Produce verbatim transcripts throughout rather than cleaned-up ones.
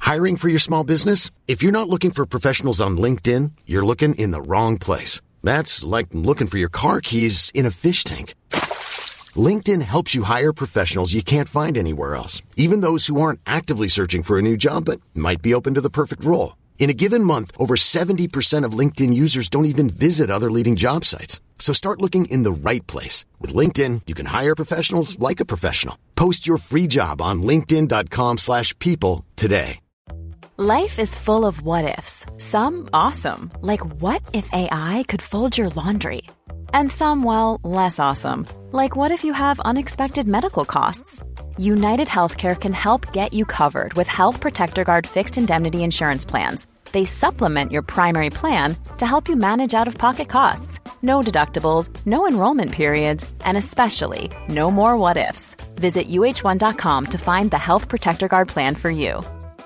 Hiring for your small business? If you're not looking for professionals on LinkedIn, you're looking in the wrong place. That's like looking for your car keys in a fish tank. LinkedIn helps you hire professionals you can't find anywhere else, even those who aren't actively searching for a new job but might be open to the perfect role. In a given month, over seventy percent of LinkedIn users don't even visit other leading job sites. So start looking in the right place. With LinkedIn, you can hire professionals like a professional. Post your free job on linkedin.com slash people today. Life is full of what-ifs. Some awesome, like what if A I could fold your laundry? And some, well, less awesome, like what if you have unexpected medical costs? United Healthcare can help get you covered with Health Protector Guard fixed indemnity insurance plans. They supplement your primary plan to help you manage out-of-pocket costs. No deductibles, no enrollment periods, and especially no more what-ifs. Visit U H one dot com to find the Health Protector Guard plan for you.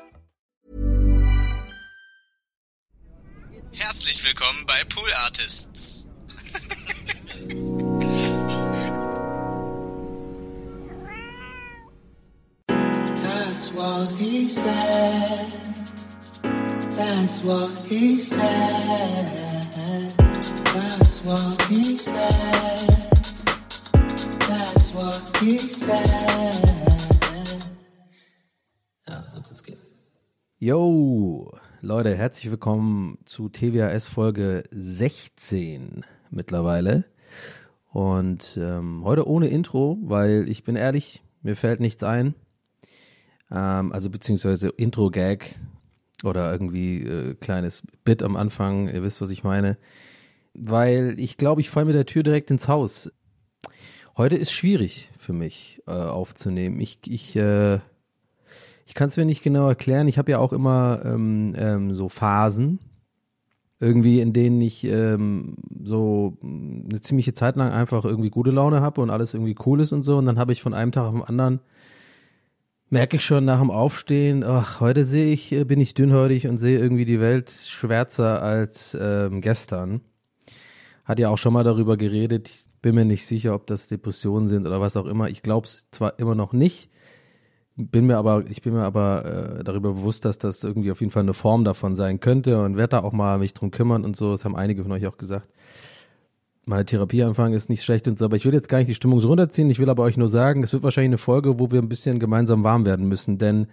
Herzlich willkommen bei Pool Artists. That's what he said. That's what he said. That's what he said. That's what he said. Ja, so kann's gehen. Yo, Leute, herzlich willkommen zu T W A S Folge sechzehn mittlerweile. Und ähm, heute ohne Intro, weil ich bin ehrlich, mir fällt nichts ein. Ähm, also beziehungsweise Intro-Gag oder irgendwie äh, kleines Bit am Anfang, ihr wisst, was ich meine. Weil ich glaube, ich falle mit der Tür direkt ins Haus. Heute ist schwierig für mich äh, aufzunehmen. Ich, ich, äh, ich kann es mir nicht genau erklären. Ich habe ja auch immer ähm, ähm, so Phasen, irgendwie in denen ich ähm, so eine ziemliche Zeit lang einfach irgendwie gute Laune habe und alles irgendwie cool ist und so. Und dann habe ich von einem Tag auf den anderen, merke ich schon nach dem Aufstehen, ach, heute sehe ich, bin ich dünnhäutig und sehe irgendwie die Welt schwärzer als ähm, gestern. Hat ja auch schon mal darüber geredet. Ich bin mir nicht sicher, ob das Depressionen sind oder was auch immer. Ich glaube es zwar immer noch nicht, bin mir aber, ich bin mir aber äh, darüber bewusst, dass das irgendwie auf jeden Fall eine Form davon sein könnte und werde da auch mal mich drum kümmern und so. Das haben einige von euch auch gesagt. Meine Therapie anfangen ist nicht schlecht und so, aber ich will jetzt gar nicht die Stimmung so runterziehen. Ich will aber euch nur sagen, es wird wahrscheinlich eine Folge, wo wir ein bisschen gemeinsam warm werden müssen, denn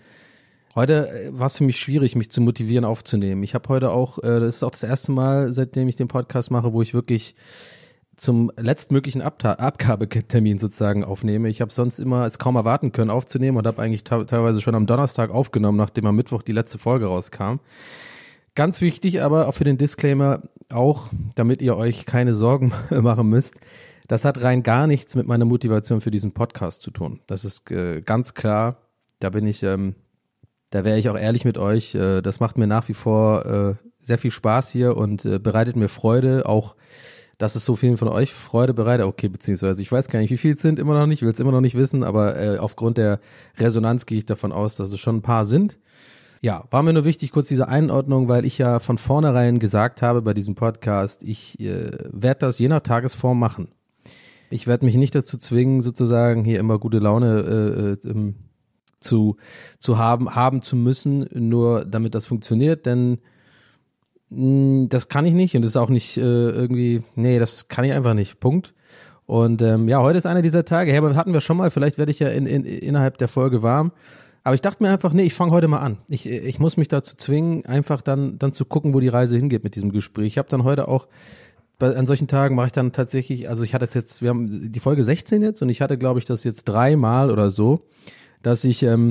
heute war es für mich schwierig, mich zu motivieren aufzunehmen. Ich habe heute auch, äh, das ist auch das erste Mal, seitdem ich den Podcast mache, wo ich wirklich zum letztmöglichen Abta- Abgabetermin sozusagen aufnehme. Ich habe sonst immer es kaum erwarten können aufzunehmen und habe eigentlich ta- teilweise schon am Donnerstag aufgenommen, nachdem am Mittwoch die letzte Folge rauskam. Ganz wichtig, aber auch für den Disclaimer auch, damit ihr euch keine Sorgen machen müsst, das hat rein gar nichts mit meiner Motivation für diesen Podcast zu tun. Das ist äh, ganz klar, da bin ich, ähm, da wäre ich auch ehrlich mit euch, äh, das macht mir nach wie vor äh, sehr viel Spaß hier und äh, bereitet mir Freude, auch dass es so vielen von euch Freude bereitet, okay, beziehungsweise ich weiß gar nicht, wie viel es sind, immer noch nicht, will es immer noch nicht wissen, aber äh, aufgrund der Resonanz gehe ich davon aus, dass es schon ein paar sind. Ja, war mir nur wichtig, kurz diese Einordnung, weil ich ja von vornherein gesagt habe bei diesem Podcast, ich äh, werde das je nach Tagesform machen. Ich werde mich nicht dazu zwingen, sozusagen hier immer gute Laune äh, ähm, zu, zu haben, haben zu müssen, nur damit das funktioniert, denn mh, das kann ich nicht und das ist auch nicht äh, irgendwie, nee, das kann ich einfach nicht, Punkt. Und ähm, ja, heute ist einer dieser Tage, hey, aber hatten wir schon mal, vielleicht werde ich ja in, in, innerhalb der Folge warm. Aber ich dachte mir einfach, nee, ich fange heute mal an. Ich, ich muss mich dazu zwingen, einfach dann, dann zu gucken, wo die Reise hingeht mit diesem Gespräch. Ich habe dann heute auch, bei, an solchen Tagen mache ich dann tatsächlich, also ich hatte es jetzt, wir haben die Folge sechzehn jetzt und ich hatte, glaube ich, das jetzt dreimal oder so, dass ich ähm,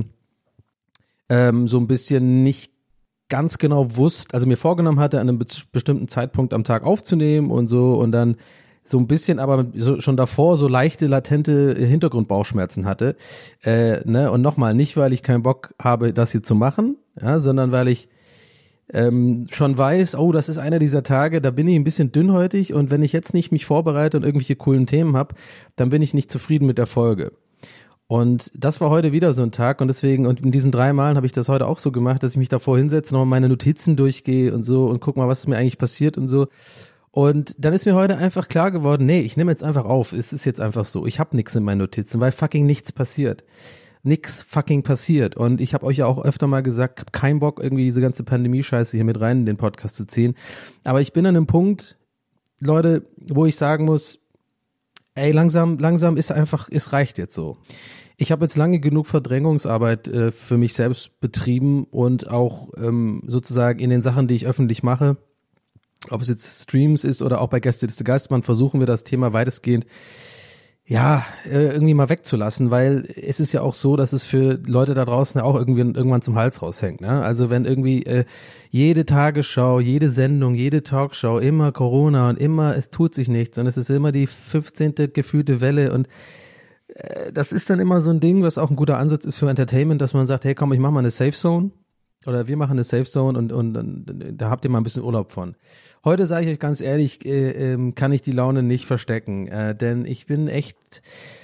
ähm, so ein bisschen nicht ganz genau wusste, also mir vorgenommen hatte, an einem be- bestimmten Zeitpunkt am Tag aufzunehmen und so und dann so ein bisschen, aber so, schon davor so leichte, latente Hintergrundbauchschmerzen hatte. Äh, ne? Und nochmal, nicht, weil ich keinen Bock habe, das hier zu machen, ja, sondern weil ich ähm, schon weiß, oh, das ist einer dieser Tage, da bin ich ein bisschen dünnhäutig und wenn ich jetzt nicht mich vorbereite und irgendwelche coolen Themen habe, dann bin ich nicht zufrieden mit der Folge. Und das war heute wieder so ein Tag und deswegen, und in diesen drei Malen habe ich das heute auch so gemacht, dass ich mich davor hinsetze, nochmal meine Notizen durchgehe und so und guck mal, was ist mir eigentlich passiert und so. Und dann ist mir heute einfach klar geworden, nee, ich nehme jetzt einfach auf, es ist jetzt einfach so, ich habe nichts in meinen Notizen, weil fucking nichts passiert. nix fucking passiert. Und ich habe euch ja auch öfter mal gesagt, hab keinen Bock, irgendwie diese ganze Pandemie-Scheiße hier mit rein in den Podcast zu ziehen. Aber ich bin an einem Punkt, Leute, wo ich sagen muss, ey, langsam, langsam ist einfach, es reicht jetzt so. Ich habe jetzt lange genug Verdrängungsarbeit äh, für mich selbst betrieben und auch ähm, sozusagen in den Sachen, die ich öffentlich mache, ob es jetzt Streams ist oder auch bei Gästeliste Geisterbahn, versuchen wir das Thema weitestgehend ja, irgendwie mal wegzulassen, weil es ist ja auch so, dass es für Leute da draußen ja auch irgendwie irgendwann zum Hals raushängt, ne? Also wenn irgendwie äh, jede Tagesschau, jede Sendung, jede Talkshow immer Corona und immer es tut sich nichts und es ist immer die fünfzehnte gefühlte Welle und äh, das ist dann immer so ein Ding, was auch ein guter Ansatz ist für Entertainment, dass man sagt, hey komm, ich mach mal eine Safe Zone oder wir machen eine Safe Zone und, und, und da habt ihr mal ein bisschen Urlaub von. Heute sage ich euch ganz ehrlich, äh, äh, kann ich die Laune nicht verstecken, äh, denn ich bin echt,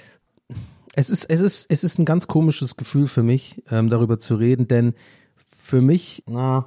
es ist, es ist, es ist ein ganz komisches Gefühl für mich, ähm, darüber zu reden, denn für mich, na,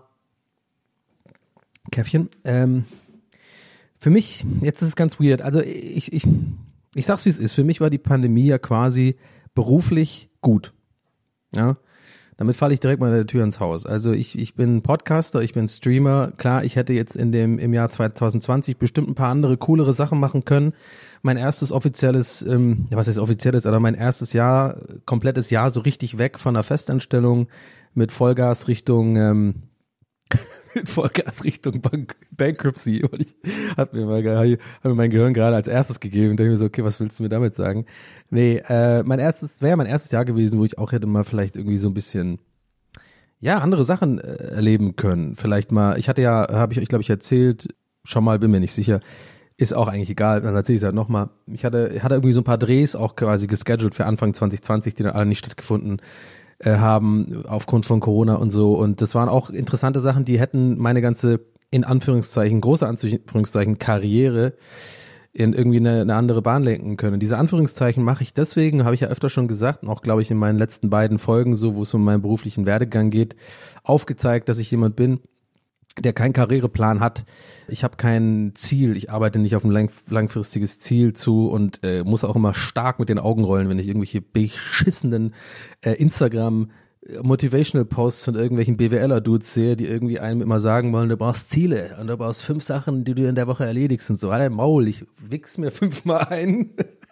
Käffchen, ähm, für mich, jetzt ist es ganz weird, also ich, ich, ich sag's wie es ist, für mich war die Pandemie ja quasi beruflich gut, ja. Damit falle ich direkt mal der Tür ins Haus. Also ich, ich bin Podcaster, ich bin Streamer. Klar, ich hätte jetzt in dem im Jahr zwanzig zwanzig bestimmt ein paar andere coolere Sachen machen können. Mein erstes offizielles, ähm, was heißt offizielles, aber mein erstes Jahr, komplettes Jahr so richtig weg von einer Festanstellung mit Vollgas Richtung ähm, mit Vollgas Richtung Bank, Bankruptcy. Und ich hat mir, mal, hat mir mein Gehirn gerade als erstes gegeben. Und dachte mir so, okay, was willst du mir damit sagen? Nee, äh, mein erstes, wäre mein erstes Jahr gewesen, wo ich auch hätte mal vielleicht irgendwie so ein bisschen, ja, andere Sachen äh, erleben können. Vielleicht mal, ich hatte ja, habe ich euch, glaube ich, erzählt, schon mal, bin mir nicht sicher, ist auch eigentlich egal, dann erzähle ich es halt nochmal. Ich hatte, hatte irgendwie so ein paar Drehs auch quasi gescheduled für Anfang zwanzig zwanzig, die dann alle nicht stattgefunden äh, haben, aufgrund von Corona und so. Und das waren auch interessante Sachen, die hätten meine ganze, in Anführungszeichen, große Anführungszeichen, Karriere in irgendwie eine, eine andere Bahn lenken können. Diese Anführungszeichen mache ich deswegen, habe ich ja öfter schon gesagt, und auch glaube ich in meinen letzten beiden Folgen, so wo es um meinen beruflichen Werdegang geht, aufgezeigt, dass ich jemand bin, der keinen Karriereplan hat. Ich habe kein Ziel, ich arbeite nicht auf ein lang, langfristiges Ziel zu und äh, muss auch immer stark mit den Augen rollen, wenn ich irgendwelche beschissenen äh, Instagram Motivational Posts von irgendwelchen B W L-Dudes sehe, die irgendwie einem immer sagen wollen, du brauchst Ziele und du brauchst fünf Sachen, die du in der Woche erledigst und so. Alter Maul, ich wichs mir fünfmal ein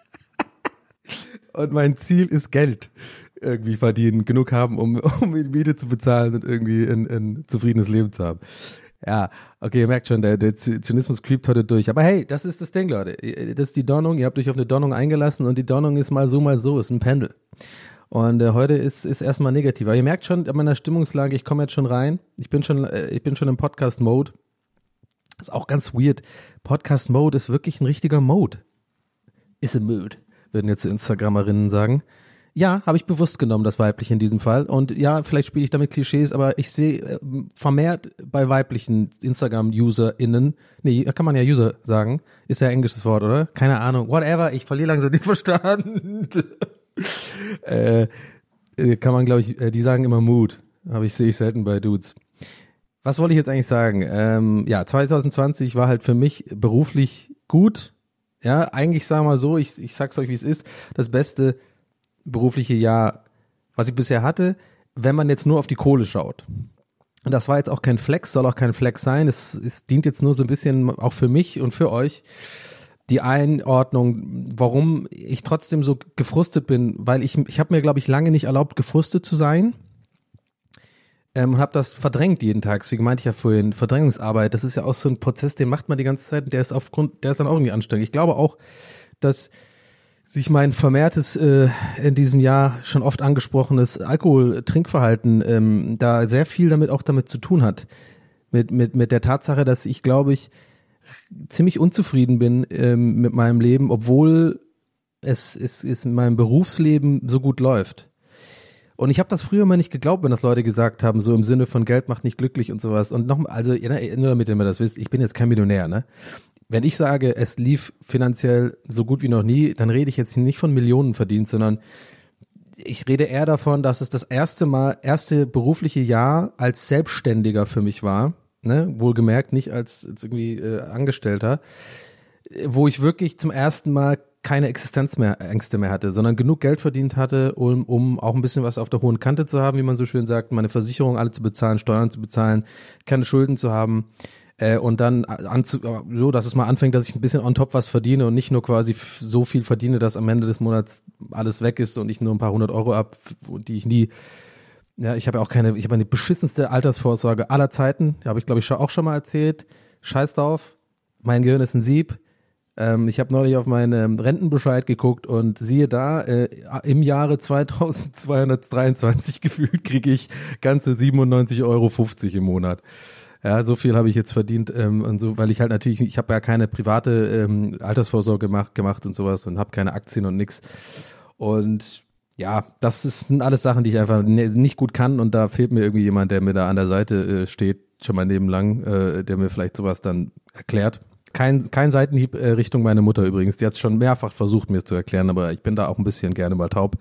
und mein Ziel ist Geld irgendwie verdienen, genug haben, um, um die Miete zu bezahlen und irgendwie ein, ein zufriedenes Leben zu haben. Ja, okay, ihr merkt schon, der, der Zynismus creept heute durch. Aber hey, das ist das Ding, Leute. Das ist die Donnung, ihr habt euch auf eine Donnung eingelassen und die Donnung ist mal so, mal so, ist ein Pendel. Und äh, heute ist ist erstmal negativ. Aber ihr merkt schon an meiner Stimmungslage, ich komme jetzt schon rein. Ich bin schon äh, ich bin schon im Podcast-Mode. Ist auch ganz weird. Podcast-Mode ist wirklich ein richtiger Mode. Is a mood, würden jetzt die Instagrammerinnen sagen. Ja, habe ich bewusst genommen, das weibliche in diesem Fall. Und ja, vielleicht spiele ich damit Klischees, aber ich sehe äh, vermehrt bei weiblichen Instagram-UserInnen, nee, da kann man ja User sagen, ist ja ein englisches Wort, oder? Keine Ahnung, whatever, ich verliere langsam den Verstand. äh, kann man, glaube ich, äh, die sagen immer Mood, aber ich sehe ich selten bei Dudes. Was wollte ich jetzt eigentlich sagen? Ähm, ja, zwanzig zwanzig war halt für mich beruflich gut. Ja, eigentlich sagen wir mal so, ich, ich sag's euch, wie es ist, das beste berufliche Jahr, was ich bisher hatte, wenn man jetzt nur auf die Kohle schaut. Und das war jetzt auch kein Flex, soll auch kein Flex sein. Es, es dient jetzt nur so ein bisschen auch für mich und für euch die Einordnung, warum ich trotzdem so gefrustet bin, weil ich ich habe mir, glaube ich, lange nicht erlaubt, gefrustet zu sein ähm, und habe das verdrängt jeden Tag. Deswegen meinte ich ja vorhin, Verdrängungsarbeit, das ist ja auch so ein Prozess, den macht man die ganze Zeit und der ist aufgrund, der ist dann auch irgendwie anstrengend. Ich glaube auch, dass sich mein vermehrtes, äh, in diesem Jahr schon oft angesprochenes Alkohol-Trinkverhalten ähm, da sehr viel damit auch damit zu tun hat. Mit, mit, mit der Tatsache, dass ich, glaube ich, ziemlich unzufrieden bin ähm, mit meinem Leben, obwohl es, es, es in meinem Berufsleben so gut läuft. Und ich habe das früher mal nicht geglaubt, wenn das Leute gesagt haben, so im Sinne von Geld macht nicht glücklich und sowas. Und nochmal, also nur damit ihr mir das wisst, ich bin jetzt kein Millionär, ne? Wenn ich sage, es lief finanziell so gut wie noch nie, dann rede ich jetzt nicht von Millionen verdient, sondern ich rede eher davon, dass es das erste Mal, erste berufliche Jahr als Selbstständiger für mich war, ne, wohlgemerkt nicht als, als irgendwie äh, Angestellter, wo ich wirklich zum ersten Mal keine Existenzängste mehr hatte, sondern genug Geld verdient hatte, um, um auch ein bisschen was auf der hohen Kante zu haben, wie man so schön sagt, meine Versicherung alle zu bezahlen, Steuern zu bezahlen, keine Schulden zu haben äh, und dann anzu, so, dass es mal anfängt, dass ich ein bisschen on top was verdiene und nicht nur quasi f- so viel verdiene, dass am Ende des Monats alles weg ist und ich nur ein paar hundert Euro habe, die ich nie, ja, ich habe ja auch keine, ich habe eine beschissenste Altersvorsorge aller Zeiten, habe ich glaube ich auch schon mal erzählt, scheiß drauf, mein Gehirn ist ein Sieb. Ähm, ich habe neulich auf meinen ähm, Rentenbescheid geguckt und siehe da, äh, im Jahre zweitausendzweihundertdreiundzwanzig gefühlt kriege ich ganze siebenundneunzig Euro fünfzig im Monat. Ja, so viel habe ich jetzt verdient ähm, und so, weil ich halt natürlich, ich habe ja keine private ähm, Altersvorsorge gemacht, gemacht und sowas und habe keine Aktien und nix. Und ja, das sind alles Sachen, die ich einfach ne, nicht gut kann und da fehlt mir irgendwie jemand, der mir da an der Seite äh, steht, schon mein Leben lang, äh, der mir vielleicht sowas dann erklärt. Kein, kein Seitenhieb äh, Richtung meine Mutter übrigens. Die hat es schon mehrfach versucht, mir es zu erklären, aber ich bin da auch ein bisschen gerne mal taub.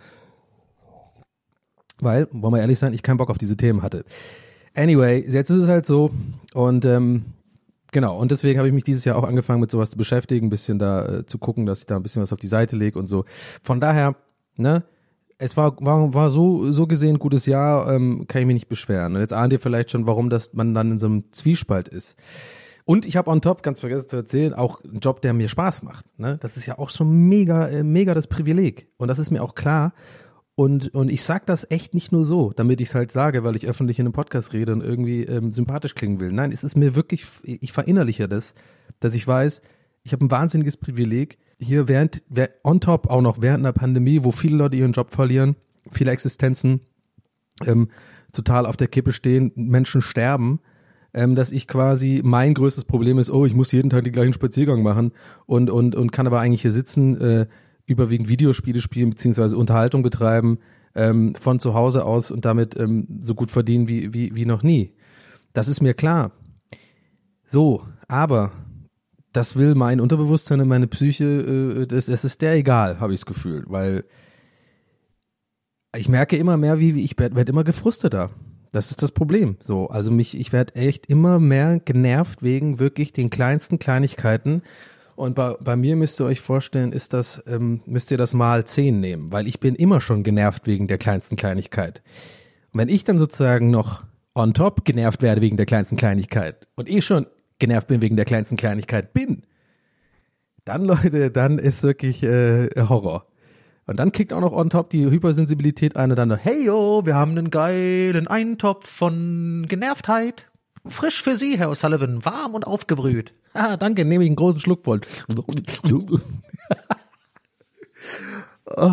Weil, wollen wir ehrlich sein, ich keinen Bock auf diese Themen hatte. Anyway, jetzt ist es halt so und ähm, genau, und deswegen habe ich mich dieses Jahr auch angefangen mit sowas zu beschäftigen, ein bisschen da äh, zu gucken, dass ich da ein bisschen was auf die Seite lege und so. Von daher, ne, es war, war, war so, so gesehen ein gutes Jahr, ähm, kann ich mich nicht beschweren. Und jetzt ahnt ihr vielleicht schon, warum das man dann in so einem Zwiespalt ist. Und ich habe on top, ganz vergessen zu erzählen, auch einen Job, der mir Spaß macht. Ne? Das ist ja auch schon mega, äh, mega das Privileg. Und das ist mir auch klar. Und, und ich sag das echt nicht nur so, damit ich es halt sage, weil ich öffentlich in einem Podcast rede und irgendwie ähm, sympathisch klingen will. Nein, es ist mir wirklich, ich verinnerliche das, dass ich weiß, ich habe ein wahnsinniges Privileg. Hier während, on top auch noch während einer Pandemie, wo viele Leute ihren Job verlieren, viele Existenzen ähm, total auf der Kippe stehen, Menschen sterben, ähm, dass ich quasi, mein größtes Problem ist, oh, ich muss jeden Tag den gleichen Spaziergang machen und, und, und kann aber eigentlich hier sitzen, äh, überwiegend Videospiele spielen beziehungsweise Unterhaltung betreiben, ähm, von zu Hause aus und damit ähm, so gut verdienen wie, wie, wie noch nie. Das ist mir klar. So, aber das will mein Unterbewusstsein und meine Psyche, äh, das, das ist der egal, habe ich das Gefühl, weil ich merke immer mehr, wie, wie ich werde werd immer gefrusteter. Das ist das Problem. So, also mich, ich werde echt immer mehr genervt wegen wirklich den kleinsten Kleinigkeiten. Und bei, bei mir müsst ihr euch vorstellen, ist das, ähm, müsst ihr das mal zehn nehmen, weil ich bin immer schon genervt wegen der kleinsten Kleinigkeit. Und wenn ich dann sozusagen noch on top genervt werde wegen der kleinsten Kleinigkeit und eh schon genervt bin wegen der kleinsten Kleinigkeit bin, dann Leute, dann ist wirklich äh, Horror. Und dann kickt auch noch on top die Hypersensibilität ein und dann, hey yo, wir haben einen geilen Eintopf von Genervtheit. Frisch für Sie, Herr O'Sullivan, warm und aufgebrüht. Ah, danke, nehme ich einen großen Schluck voll. Oh.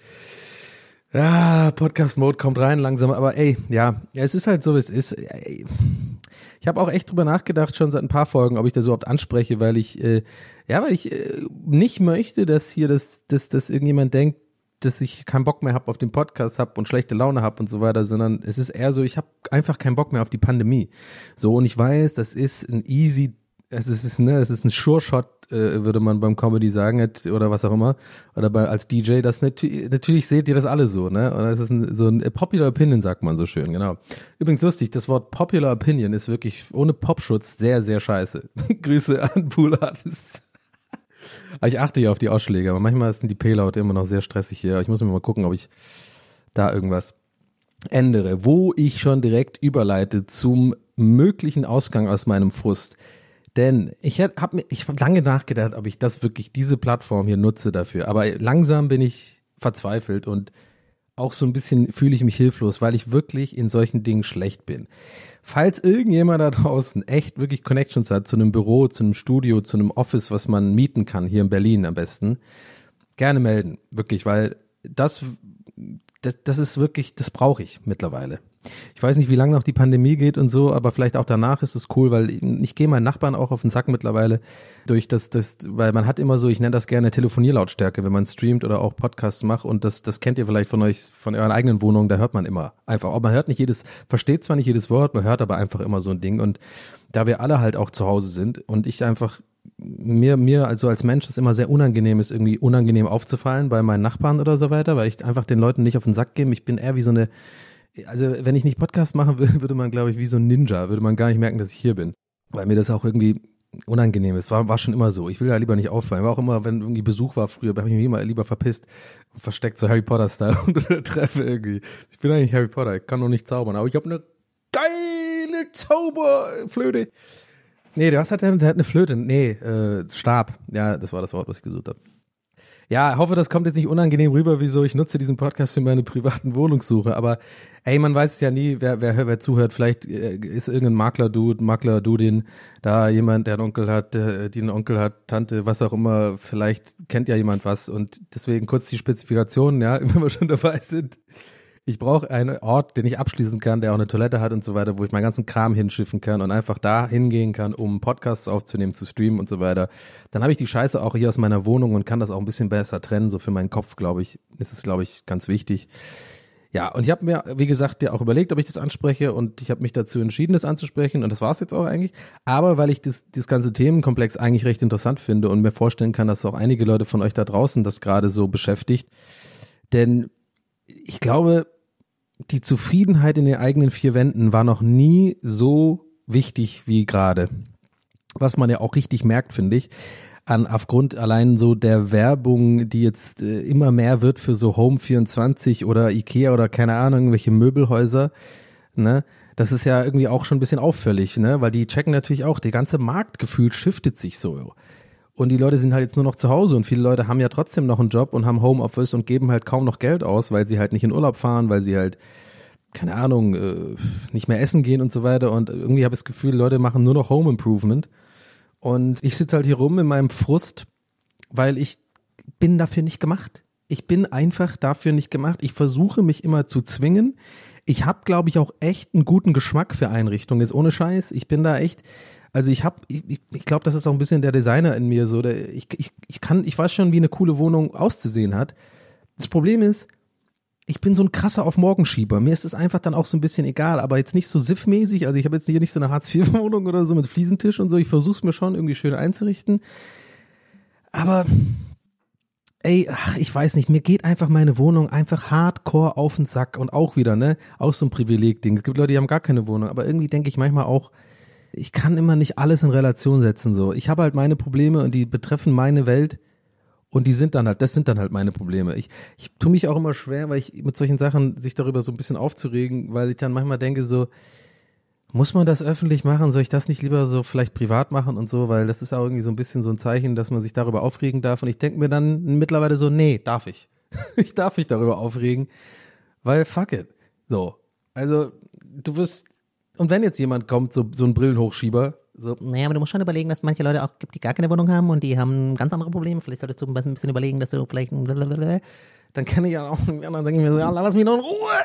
Ja, Podcast-Mode kommt rein langsam, aber ey, ja, es ist halt so, wie es ist. Ich habe auch echt drüber nachgedacht, schon seit ein paar Folgen, ob ich das überhaupt anspreche, weil ich, äh, ja, weil ich äh, nicht möchte, dass hier das, dass, dass irgendjemand denkt, dass ich keinen Bock mehr habe auf den Podcast habe und schlechte Laune habe und so weiter, sondern es ist eher so, ich habe einfach keinen Bock mehr auf die Pandemie. So, und ich weiß, das ist ein easy, es ist, ne, es ist ein Sure-Shot, äh, würde man beim Comedy sagen, oder was auch immer, oder bei, als D J, das natürlich, natürlich seht ihr das alle so, ne, und das ist ein, so ein Popular Opinion, sagt man so schön, genau. Übrigens lustig, das Wort Popular Opinion ist wirklich ohne Popschutz sehr, sehr scheiße. Grüße an Pool Artists. Ich achte ja auf die Ausschläge, aber manchmal sind die P-Laute immer noch sehr stressig hier. Ich muss mir mal gucken, ob ich da irgendwas ändere. Wo ich schon direkt überleite zum möglichen Ausgang aus meinem Frust. Denn ich habe mir, ich habe lange nachgedacht, ob ich das wirklich, diese Plattform hier nutze dafür. Aber langsam bin ich verzweifelt und auch so ein bisschen fühle ich mich hilflos, weil ich wirklich in solchen Dingen schlecht bin. Falls irgendjemand da draußen echt wirklich Connections hat zu einem Büro, zu einem Studio, zu einem Office, was man mieten kann, hier in Berlin am besten, gerne melden, wirklich, weil das, das, das ist wirklich, das brauche ich mittlerweile. Ich weiß nicht, wie lange noch die Pandemie geht und so, aber vielleicht auch danach ist es cool, weil ich, ich gehe meinen Nachbarn auch auf den Sack mittlerweile durch das, das, weil man hat immer so, ich nenne das gerne Telefonierlautstärke, wenn man streamt oder auch Podcasts macht und das, das kennt ihr vielleicht von euch, von euren eigenen Wohnungen, da hört man immer einfach, auch man hört nicht jedes, versteht zwar nicht jedes Wort, man hört aber einfach immer so ein Ding und da wir alle halt auch zu Hause sind und ich einfach mir, mir also als Mensch das immer sehr unangenehm ist, irgendwie unangenehm aufzufallen bei meinen Nachbarn oder so weiter, weil ich einfach den Leuten nicht auf den Sack gehe, ich bin eher wie so eine, also wenn ich nicht Podcast machen würde, würde man, glaube ich, wie so ein Ninja, würde man gar nicht merken, dass ich hier bin. Weil mir das auch irgendwie, unangenehm. Es war, war schon immer so. Ich will ja lieber nicht auffallen. War auch immer, wenn irgendwie Besuch war früher, habe ich mich immer lieber verpisst und versteckt, so Harry Potter-Style unter der Treppe irgendwie. Ich bin eigentlich Harry Potter, ich kann noch nicht zaubern, aber ich habe eine geile Zauberflöte. Nee, was hat der? Der hat eine Flöte. Nee, äh, Stab. Ja, das war das Wort, was ich gesucht habe. Ja, hoffe, das kommt jetzt nicht unangenehm rüber, wieso ich nutze diesen Podcast für meine privaten Wohnungssuche, aber ey, man weiß es ja nie, wer, wer, wer zuhört, vielleicht äh, ist irgendein Makler-Dude, Makler-Dudin, da jemand, der einen Onkel hat, der, die einen Onkel hat, Tante, was auch immer, vielleicht kennt ja jemand was und deswegen kurz die Spezifikationen, ja, wenn wir schon dabei sind. Ich brauche einen Ort, den ich abschließen kann, der auch eine Toilette hat und so weiter, wo ich meinen ganzen Kram hinschiffen kann und einfach da hingehen kann, um Podcasts aufzunehmen, zu streamen und so weiter. Dann habe ich die Scheiße auch hier aus meiner Wohnung und kann das auch ein bisschen besser trennen. So für meinen Kopf, glaube ich, ist es, glaube ich, ganz wichtig. Ja, und ich habe mir, wie gesagt, ja auch überlegt, ob ich das anspreche und ich habe mich dazu entschieden, das anzusprechen und das war es jetzt auch eigentlich. Aber weil ich das, das ganze Themenkomplex eigentlich recht interessant finde und mir vorstellen kann, dass auch einige Leute von euch da draußen das gerade so beschäftigt. Denn ich glaube, die Zufriedenheit in den eigenen vier Wänden war noch nie so wichtig wie gerade. Was man ja auch richtig merkt, finde ich, an aufgrund allein so der Werbung, die jetzt äh, immer mehr wird für so Home vierundzwanzig oder Ikea oder keine Ahnung, irgendwelche Möbelhäuser, ne? Das ist ja irgendwie auch schon ein bisschen auffällig, ne? Weil die checken natürlich auch, der ganze Marktgefühl shiftet sich so. Und die Leute sind halt jetzt nur noch zu Hause und viele Leute haben ja trotzdem noch einen Job und haben Homeoffice und geben halt kaum noch Geld aus, weil sie halt nicht in Urlaub fahren, weil sie halt, keine Ahnung, äh, nicht mehr essen gehen und so weiter. Und irgendwie habe ich das Gefühl, Leute machen nur noch Home Improvement. Und ich sitze halt hier rum in meinem Frust, weil ich bin dafür nicht gemacht. Ich bin einfach dafür nicht gemacht. Ich versuche mich immer zu zwingen. Ich habe, glaube ich, auch echt einen guten Geschmack für Einrichtungen. Jetzt ohne Scheiß. Ich bin da echt... Also ich habe, ich, ich glaube, das ist auch ein bisschen der Designer in mir so. Der, ich, ich, ich kann, ich weiß schon, wie eine coole Wohnung auszusehen hat. Das Problem ist, ich bin so ein krasser auf Morgenschieber. Mir ist es einfach dann auch so ein bisschen egal, aber jetzt nicht so siffmäßig. Also ich habe jetzt hier nicht so eine Hartz vier Wohnung oder so mit Fliesentisch und so. Ich versuche es mir schon irgendwie schön einzurichten. Aber ey, ach, ich weiß nicht, mir geht einfach meine Wohnung einfach hardcore auf den Sack. Und auch wieder, ne, auch so ein Privileg-Ding. Es gibt Leute, die haben gar keine Wohnung. Aber irgendwie denke ich manchmal auch, ich kann immer nicht alles in Relation setzen, so. Ich habe halt meine Probleme und die betreffen meine Welt und die sind dann halt, das sind dann halt meine Probleme. Ich, ich tue mich auch immer schwer, weil ich mit solchen Sachen sich darüber so ein bisschen aufzuregen, weil ich dann manchmal denke so, muss man das öffentlich machen? Soll ich das nicht lieber so vielleicht privat machen und so? Weil das ist auch irgendwie so ein bisschen so ein Zeichen, dass man sich darüber aufregen darf und ich denke mir dann mittlerweile so, nee, darf ich. Ich darf mich darüber aufregen, weil fuck it. So. Also, du wirst Und wenn jetzt jemand kommt, so, so ein Brillenhochschieber, so, naja, aber du musst schon überlegen, dass es manche Leute auch gibt, die gar keine Wohnung haben und die haben ganz andere Probleme. Vielleicht solltest du ein bisschen überlegen, dass du vielleicht blablabla. Dann kann ich ja auch, dann denke ich mir so, ja, lass mich noch in Ruhe.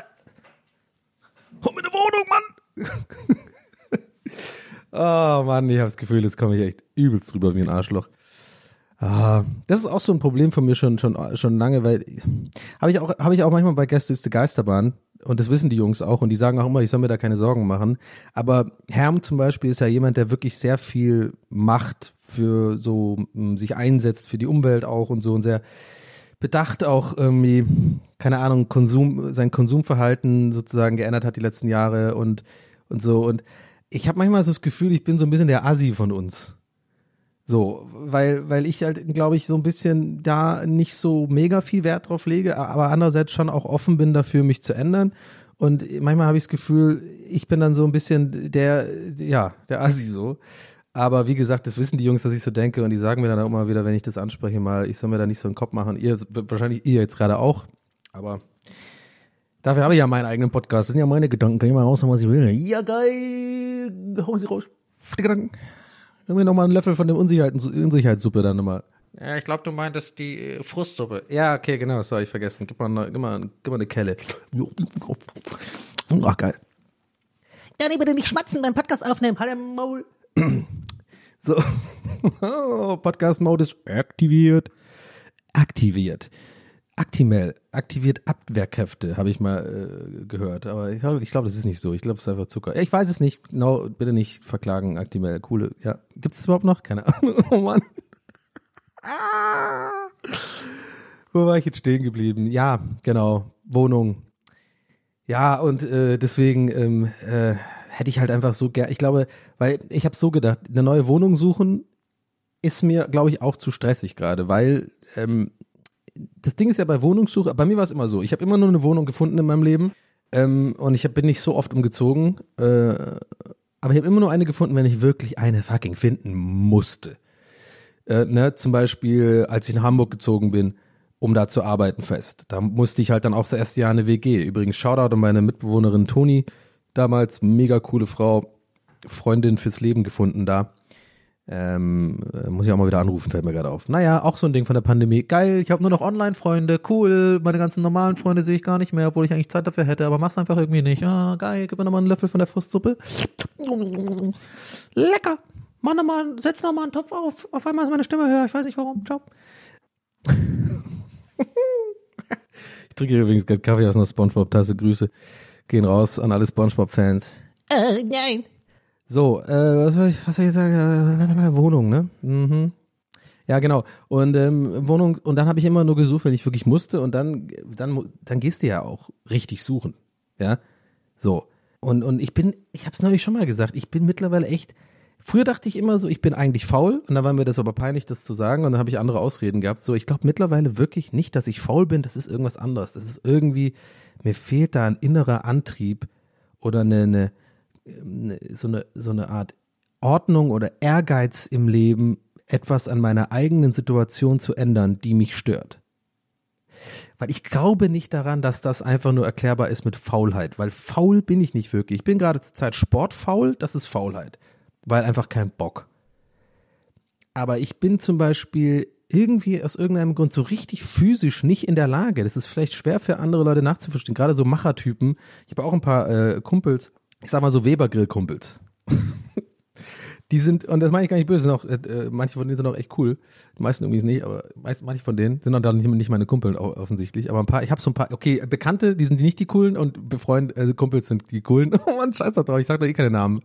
Hol mir eine Wohnung, Mann. Oh Mann, ich habe das Gefühl, jetzt komme ich echt übelst drüber wie ein Arschloch. Ah, das ist auch so ein Problem von mir schon schon schon lange, weil habe ich auch habe ich auch manchmal bei Gäste ist die Geisterbahn und das wissen die Jungs auch und die sagen auch immer, ich soll mir da keine Sorgen machen. Aber Herm zum Beispiel ist ja jemand, der wirklich sehr viel macht für so m, sich einsetzt für die Umwelt auch und so und sehr bedacht auch irgendwie, keine Ahnung, Konsum sein Konsumverhalten sozusagen geändert hat die letzten Jahre und und so und ich habe manchmal so das Gefühl, ich bin so ein bisschen der Assi von uns. So, weil, weil ich halt, glaube ich, so ein bisschen da nicht so mega viel Wert drauf lege, aber andererseits schon auch offen bin dafür, mich zu ändern. Und manchmal habe ich das Gefühl, ich bin dann so ein bisschen der, ja, der Assi so. Aber wie gesagt, das wissen die Jungs, dass ich so denke und die sagen mir dann auch immer wieder, wenn ich das anspreche, mal, ich soll mir da nicht so einen Kopf machen. Ihr, wahrscheinlich ihr jetzt gerade auch. Aber dafür habe ich ja meinen eigenen Podcast. Das sind ja meine Gedanken. Kann ich mal raushauen, was ich will. Ja, geil. Hau sie raus. Die Gedanken. Irgendwie nochmal einen Löffel von dem Unsicherheitssuppe dann nochmal. Ja, ich glaube, du meintest die äh, Frustsuppe. Ja, okay, genau, das habe ich vergessen. Gib mal, gib mal, gib mal eine Kelle. Ach, geil. Danny, bitte nicht schmatzen beim Podcast aufnehmen. Halt im Maul. So, oh, Podcast-Mode ist aktiviert. Aktiviert. Actimel, aktiviert Abwehrkräfte, habe ich mal äh, gehört. Aber ich, ich glaube, das ist nicht so. Ich glaube, es ist einfach Zucker. Ja, ich weiß es nicht. No, bitte nicht verklagen, Actimel. Coole. Ja, gibt es das überhaupt noch? Keine Ahnung. Oh Mann. Ah. Wo war ich jetzt stehen geblieben? Ja, genau. Wohnung. Ja, und äh, deswegen ähm, äh, hätte ich halt einfach so gern, ich glaube, weil ich habe so gedacht, eine neue Wohnung suchen ist mir, glaube ich, auch zu stressig gerade, weil ähm, das Ding ist ja bei Wohnungssuche, bei mir war es immer so, ich habe immer nur eine Wohnung gefunden in meinem Leben ähm, und ich hab, bin nicht so oft umgezogen, äh, aber ich habe immer nur eine gefunden, wenn ich wirklich eine fucking finden musste. Äh, ne, zum Beispiel, als ich in Hamburg gezogen bin, um da zu arbeiten fest. Da musste ich halt dann auch das erste Jahr eine W G. Übrigens Shoutout an meine Mitbewohnerin Toni, damals mega coole Frau, Freundin fürs Leben gefunden da. Ähm, muss ich auch mal wieder anrufen, fällt mir gerade auf. Naja, auch so ein Ding von der Pandemie. Geil, ich habe nur noch Online-Freunde, cool. Meine ganzen normalen Freunde sehe ich gar nicht mehr, obwohl ich eigentlich Zeit dafür hätte, aber mach's einfach irgendwie nicht. Ah, geil, gib mir nochmal einen Löffel von der Frustsuppe. Lecker. Mach nochmal, setz nochmal einen Topf auf. Auf einmal ist meine Stimme höher, ich weiß nicht warum. Ciao. Ich trinke hier übrigens gerade Kaffee aus einer Spongebob-Tasse. Grüße gehen raus an alle Spongebob-Fans. Äh, nein. So, äh, was soll ich, was soll ich sagen? Äh, Wohnung, ne? Mhm. Ja, genau. Und ähm, Wohnung, und dann habe ich immer nur gesucht, wenn ich wirklich musste, und dann, dann, dann gehst du ja auch richtig suchen. Ja. So. Und, und ich bin, ich habe es neulich schon mal gesagt, ich bin mittlerweile echt. Früher dachte ich immer so, ich bin eigentlich faul, und dann war mir das aber peinlich, das zu sagen, und dann habe ich andere Ausreden gehabt. So, ich glaube mittlerweile wirklich nicht, dass ich faul bin, das ist irgendwas anderes. Das ist irgendwie, mir fehlt da ein innerer Antrieb oder eine, eine, eine so eine so eine Art Ordnung oder Ehrgeiz im Leben, etwas an meiner eigenen Situation zu ändern, die mich stört. Weil ich glaube nicht daran, dass das einfach nur erklärbar ist mit Faulheit, weil faul bin ich nicht wirklich. Ich bin gerade zur Zeit sportfaul, das ist Faulheit. Weil einfach kein Bock. Aber ich bin zum Beispiel irgendwie aus irgendeinem Grund so richtig physisch nicht in der Lage. Das ist vielleicht schwer für andere Leute nachzuverstehen. Gerade so Machertypen. Ich habe auch ein paar äh, Kumpels, ich sag mal so Weber-Grill-Kumpels. Die sind, und das meine ich gar nicht böse, sind auch, äh, manche von denen sind auch echt cool. Die meisten übrigens nicht, aber meist, manche von denen sind auch dann nicht, nicht meine Kumpel offensichtlich. Aber ein paar, ich habe so ein paar, okay, Bekannte, die sind nicht die coolen, und befreundet, also Kumpels sind die coolen. Oh Mann, scheiß da drauf, ich sag doch eh keine Namen.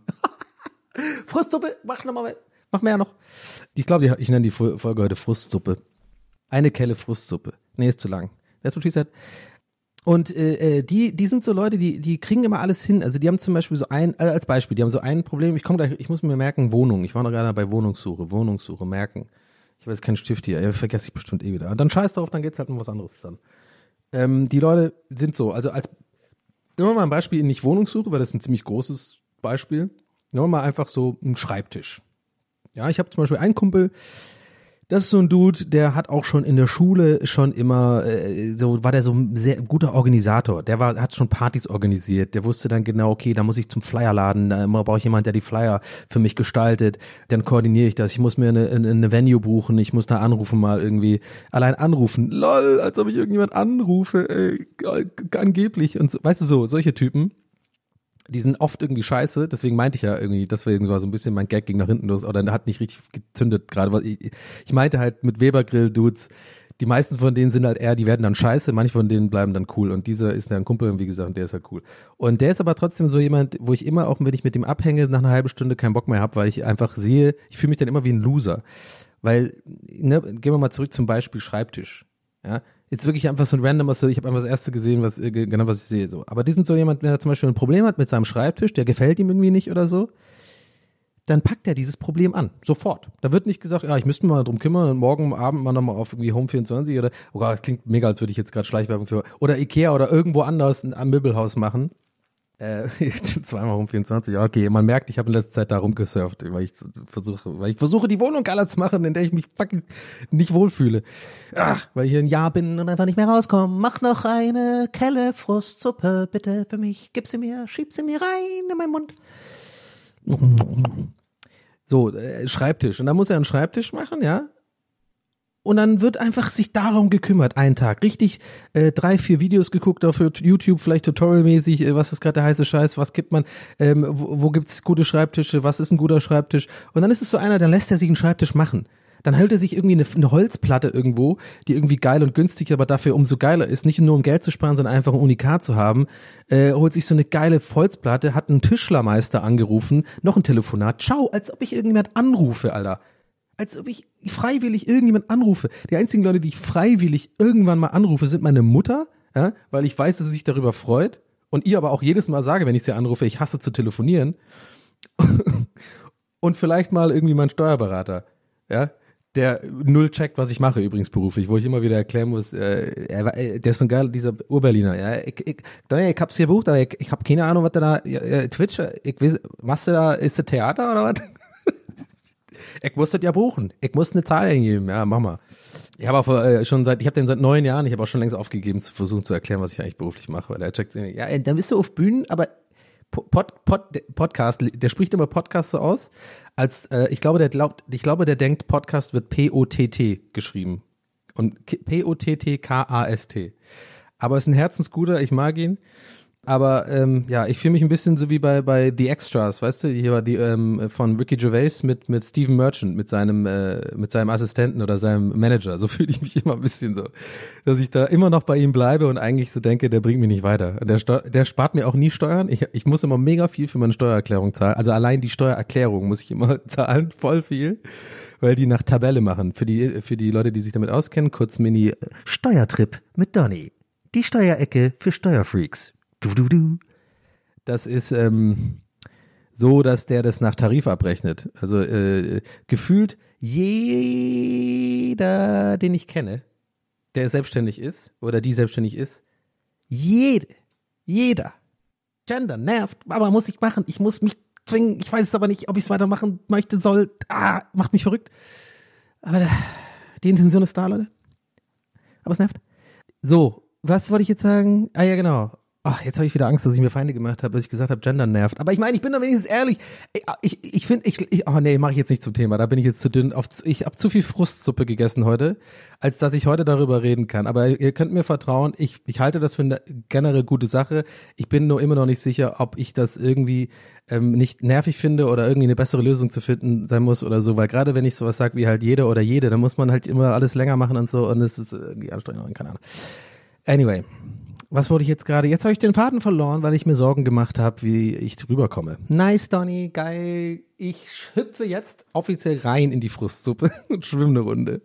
Frustsuppe, mach nochmal, mach mehr noch. Ich glaube, ich nenne die Folge heute Frustsuppe. Eine Kelle Frustsuppe. Nee, ist zu lang. That's what she said. Und äh, die, die sind so Leute, die, die kriegen immer alles hin. Also die haben zum Beispiel so ein, äh, als Beispiel, die haben so ein Problem. Ich komme gleich, ich muss mir merken, Wohnung. Ich war noch gerade bei Wohnungssuche, Wohnungssuche, merken. Ich weiß keinen Stift hier, ja, vergesse ich bestimmt eh wieder. Und dann scheiß drauf, dann geht's halt um was anderes dann. Ähm, die Leute sind so, also als, nehmen wir mal ein Beispiel, nicht Wohnungssuche, weil das ist ein ziemlich großes Beispiel. Nehmen wir mal einfach so einen Schreibtisch. Ja, ich habe zum Beispiel einen Kumpel, das ist so ein Dude, der hat auch schon in der Schule schon immer, äh, so war der so ein sehr guter Organisator. Der war, hat schon Partys organisiert. Der wusste dann genau, okay, da muss ich zum Flyerladen, da brauche ich jemanden, der die Flyer für mich gestaltet. Dann koordiniere ich das. Ich muss mir eine, eine, eine Venue buchen. Ich muss da anrufen mal irgendwie. Allein anrufen. Lol, als ob ich irgendjemand anrufe. Ey, angeblich. Und so, weißt du so, solche Typen. Die sind oft irgendwie scheiße, deswegen meinte ich ja irgendwie, deswegen war so ein bisschen mein Gag ging nach hinten los, oder hat nicht richtig gezündet gerade. Ich, ich meinte halt mit Weber-Grill-Dudes, die meisten von denen sind halt eher, die werden dann scheiße, manche von denen bleiben dann cool, und dieser ist dann ein Kumpel, wie gesagt, und der ist halt cool. Und der ist aber trotzdem so jemand, wo ich immer, auch wenn ich mit dem abhänge, nach einer halben Stunde keinen Bock mehr habe, weil ich einfach sehe, ich fühle mich dann immer wie ein Loser. Weil, ne, gehen wir mal zurück zum Beispiel Schreibtisch, ja. Jetzt wirklich einfach so ein random, ich habe einfach das erste gesehen, was genau was ich sehe. So. Aber die sind so jemand, der zum Beispiel ein Problem hat mit seinem Schreibtisch, der gefällt ihm irgendwie nicht oder so, dann packt er dieses Problem an, sofort. Da wird nicht gesagt, ja, ich müsste mal drum kümmern und morgen Abend mal nochmal auf irgendwie Home vierundzwanzig oder, oh Gott, das klingt mega, als würde ich jetzt gerade Schleichwerbung für, oder Ikea oder irgendwo anders ein, ein Möbelhaus machen. Äh, zweimal Home vierundzwanzig, ja, okay, man merkt, ich habe in letzter Zeit da rumgesurft, weil ich versuche, weil ich versuche, die Wohnung geiler zu machen, in der ich mich fucking nicht wohlfühle. Ach, weil ich hier ein Jahr bin und einfach nicht mehr rauskomme. Mach noch eine Kelle Frustsuppe, bitte für mich. Gib sie mir, schieb sie mir rein in meinen Mund. So, äh, Schreibtisch. Und da muss er einen Schreibtisch machen, ja. Und dann wird einfach sich darum gekümmert, einen Tag. Richtig äh, drei, vier Videos geguckt auf YouTube, vielleicht tutorialmäßig, äh, was ist gerade der heiße Scheiß, was gibt man, ähm, wo, wo gibt's gute Schreibtische, was ist ein guter Schreibtisch. Und dann ist es so einer, dann lässt er sich einen Schreibtisch machen. Dann hält er sich irgendwie eine, eine Holzplatte irgendwo, die irgendwie geil und günstig, aber dafür umso geiler ist, nicht nur um Geld zu sparen, sondern einfach ein Unikat zu haben, äh, holt sich so eine geile Holzplatte, hat einen Tischlermeister angerufen, noch ein Telefonat, ciao, als ob ich irgendjemand anrufe, Alter. Als ob ich freiwillig irgendjemand anrufe. Die einzigen Leute, die ich freiwillig irgendwann mal anrufe, sind meine Mutter, ja, weil ich weiß, dass sie sich darüber freut, und ihr aber auch jedes Mal sage, wenn ich sie anrufe, ich hasse zu telefonieren und vielleicht mal irgendwie mein Steuerberater, ja, der null checkt, was ich mache übrigens beruflich, wo ich immer wieder erklären muss, äh, er, äh, der ist so ein geil, dieser Urberliner, ja, ich, ich, ich hab's hier gebucht, aber ich, ich hab keine Ahnung, was du da, äh, Twitch, ich weiß, machst du da, ist das Theater oder was? Ich muss das ja buchen, ich muss eine Zahl eingeben, ja, mach mal. Ich habe auch äh, schon seit, ich habe den seit neun Jahren, ich habe auch schon längst aufgegeben, zu versuchen zu erklären, was ich eigentlich beruflich mache, weil er checkt, ja, dann bist du auf Bühnen, aber Pod, Pod, Podcast, der spricht immer Podcast so aus, als äh, ich glaube, der glaubt, ich glaube, der denkt, Podcast wird P O T T geschrieben und P O T T K A S T. Aber ist ein Herzensguter, ich mag ihn. Aber ähm, ja, ich fühle mich ein bisschen so wie bei bei The Extras, weißt du, hier war die ähm, von Ricky Gervais mit mit Stephen Merchant, mit seinem äh, mit seinem Assistenten oder seinem Manager. So fühle ich mich immer ein bisschen so, dass ich da immer noch bei ihm bleibe und eigentlich so denke, der bringt mich nicht weiter. Der Steu- der spart mir auch nie Steuern. Ich ich muss immer mega viel für meine Steuererklärung zahlen. Also allein die Steuererklärung muss ich immer zahlen, voll viel, weil die nach Tabelle machen. Für die für die Leute, die sich damit auskennen, kurz Mini Steuertrip mit Donny. Die Steuerecke für Steuerfreaks. Du, du, du. Das ist ähm, so, dass der das nach Tarif abrechnet. Also äh, gefühlt jeder, den ich kenne, der selbstständig ist oder die selbstständig ist, jede, jeder, Gender nervt, aber muss ich machen, ich muss mich zwingen, ich weiß es aber nicht, ob ich es weitermachen möchte, soll, ah, macht mich verrückt. Aber äh, die Intention ist da, Leute. Aber es nervt. So, was wollte ich jetzt sagen? Ah ja, genau. Ach, jetzt habe ich wieder Angst, dass ich mir Feinde gemacht habe, dass ich gesagt habe, Gender nervt. Aber ich meine, ich bin doch wenigstens ehrlich. Ich ich, ich finde, ich, ich, oh nee, mache ich jetzt nicht zum Thema. Da bin ich jetzt zu dünn. Auf, ich habe zu viel Frustsuppe gegessen heute, als dass ich heute darüber reden kann. Aber ihr könnt mir vertrauen, ich, ich halte das für eine generell gute Sache. Ich bin nur immer noch nicht sicher, ob ich das irgendwie ähm, nicht nervig finde oder irgendwie eine bessere Lösung zu finden sein muss oder so. Weil gerade wenn ich sowas sage wie halt jeder oder jede, dann muss man halt immer alles länger machen und so. Und es ist irgendwie anstrengend, keine Ahnung. Anyway. Was wollte ich jetzt gerade? Jetzt habe ich den Faden verloren, weil ich mir Sorgen gemacht habe, wie ich drüber komme. Nice, Donny, geil. Ich hüpfe jetzt offiziell rein in die Frustsuppe und schwimme eine Runde.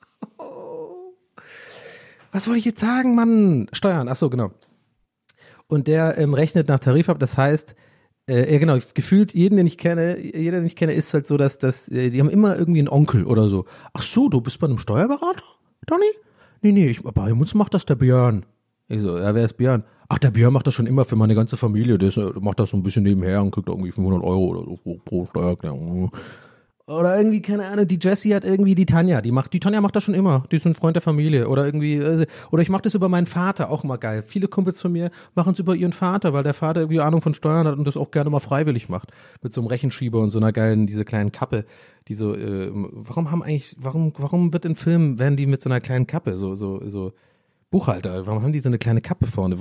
Was wollte ich jetzt sagen, Mann? Steuern, ach so, genau. Und der ähm, rechnet nach Tarif ab, das heißt, äh, ja genau, gefühlt jeden, den ich kenne, jeder, den ich kenne, ist halt so, dass, dass äh, die haben immer irgendwie einen Onkel oder so. Ach so, du bist bei einem Steuerberater, Donny? Nee, nee, ich, bei uns macht das der Björn. Ich so, ja, wer ist Björn? Ach, der Björn macht das schon immer für meine ganze Familie. Der, ist, der macht das so ein bisschen nebenher und kriegt irgendwie fünfhundert Euro oder so pro Steuererklärung. Oder irgendwie, keine Ahnung, die Jessie hat irgendwie die Tanja. Die macht, die Tanja macht das schon immer. Die ist ein Freund der Familie. Oder irgendwie, oder ich mache das über meinen Vater, auch immer geil. Viele Kumpels von mir machen es über ihren Vater, weil der Vater irgendwie Ahnung von Steuern hat und das auch gerne mal freiwillig macht. Mit so einem Rechenschieber und so einer geilen, diese kleinen Kappe. Die so, äh, warum haben eigentlich, warum, warum wird in Filmen, werden die mit so einer kleinen Kappe, so, so, so, Buchhalter, warum haben die so eine kleine Kappe vorne?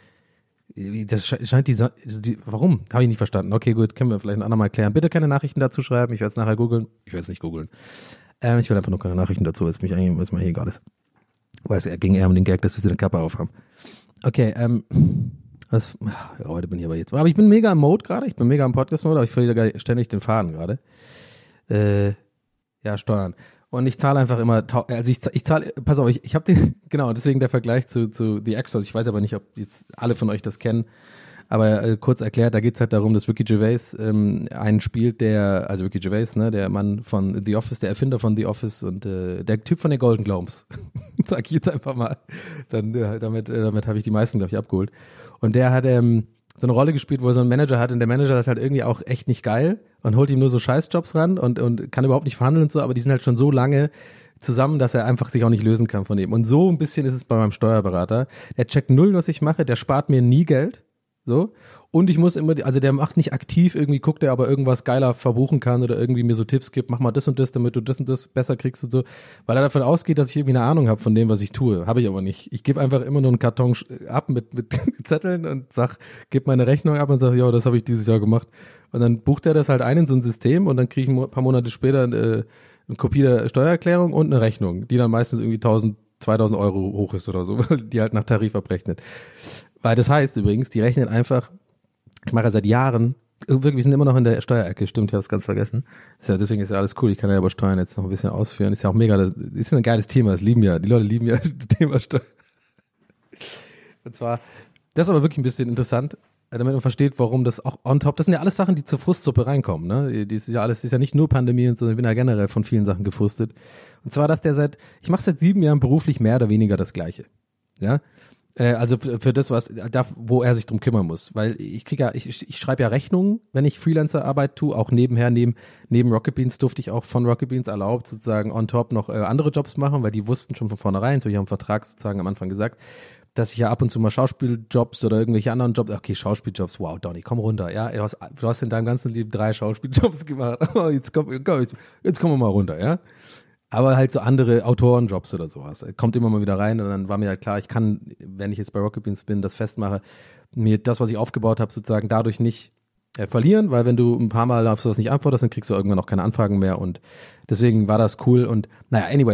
Das scheint die, die warum? Habe ich nicht verstanden. Okay, gut, können wir vielleicht ein andermal klären. Bitte keine Nachrichten dazu schreiben, ich werde es nachher googeln. Ich werde es nicht googeln. Ähm, ich will einfach nur keine Nachrichten dazu, weil es mich eigentlich, was mir hier egal ist. Weil es ging eher um den Gag, dass wir so eine Kappe aufhaben. Okay, ähm, was, ja, heute bin ich aber jetzt, aber ich bin mega im Mode gerade, ich bin mega im Podcast-Mode, aber ich verliere ständig den Faden gerade. Äh, ja, Steuern. Und ich zahle einfach immer, also ich, ich zahle, pass auf, ich, ich habe den, genau, deswegen der Vergleich zu, zu The Extras. Ich weiß aber nicht, ob jetzt alle von euch das kennen, aber äh, kurz erklärt, da geht's halt darum, dass Ricky Gervais ähm, einen spielt, der, also Ricky Gervais, ne, der Mann von The Office, der Erfinder von The Office und äh, der Typ von den Golden Globes, sag ich jetzt einfach mal, dann äh, damit, äh, damit habe ich die meisten, glaube ich, abgeholt. Und der hat ähm, so eine Rolle gespielt, wo er so einen Manager hat und der Manager ist halt irgendwie auch echt nicht geil und holt ihm nur so Scheißjobs ran und, und kann überhaupt nicht verhandeln und so, aber die sind halt schon so lange zusammen, dass er einfach sich auch nicht lösen kann von ihm. Und so ein bisschen ist es bei meinem Steuerberater. Der checkt null, was ich mache, der spart mir nie Geld, so. Und ich muss immer, also der macht nicht aktiv, irgendwie guckt er, aber irgendwas geiler verbuchen kann oder irgendwie mir so Tipps gibt, mach mal das und das, damit du das und das besser kriegst und so, weil er davon ausgeht, dass ich irgendwie eine Ahnung habe von dem, was ich tue. Habe ich aber nicht. Ich gebe einfach immer nur einen Karton ab mit, mit Zetteln und sag, gebe meine Rechnung ab und sag, ja, das habe ich dieses Jahr gemacht. Und dann bucht er das halt ein in so ein System und dann kriege ich ein paar Monate später eine, eine Kopie der Steuererklärung und eine Rechnung, die dann meistens irgendwie tausend, zweitausend Euro hoch ist oder so, weil die halt nach Tarif abrechnet. Weil das heißt übrigens, die rechnen einfach, ich mache ja seit Jahren, wirklich, wir sind immer noch in der Steuerecke, stimmt, ich habe es ganz vergessen. Ist ja, deswegen ist ja alles cool, ich kann ja über Steuern jetzt noch ein bisschen ausführen, ist ja auch mega, das ist ja ein geiles Thema, das lieben ja, die Leute lieben ja das Thema Steuern. Und zwar Das ist aber wirklich ein bisschen interessant, damit man versteht, warum das auch on top, das sind ja alles Sachen, die zur Frustsuppe reinkommen, ne? Das ist ja alles, das ist ja nicht nur Pandemie und so, ich bin ja generell von vielen Sachen gefrustet. Und zwar, dass der seit, ich mache seit sieben Jahren beruflich mehr oder weniger das Gleiche. Ja? Äh, also für, für das, was, da, wo er sich drum kümmern muss. Weil ich kriege ja, ich, ich schreibe ja Rechnungen, wenn ich Freelancer-Arbeit tue, auch nebenher, neben, neben Rocket Beans durfte ich auch von Rocket Beans erlaubt, sozusagen on top noch äh, andere Jobs machen, weil die wussten schon von vornherein, das habe ich am Vertrag sozusagen am Anfang gesagt, dass ich ja ab und zu mal Schauspieljobs oder irgendwelche anderen Jobs, okay, Schauspieljobs, wow, Donny, komm runter, ja, du hast, du hast in deinem ganzen Leben drei Schauspieljobs gemacht, jetzt komm, jetzt, jetzt kommen wir mal runter, ja. Aber halt so andere Autorenjobs oder sowas, kommt immer mal wieder rein und dann war mir halt klar, ich kann, wenn ich jetzt bei Rocket Beans bin, das festmache, mir das, was ich aufgebaut habe, sozusagen dadurch nicht äh, verlieren, weil wenn du ein paar Mal auf sowas nicht antwortest, dann kriegst du irgendwann auch keine Anfragen mehr und deswegen war das cool und naja, anyway,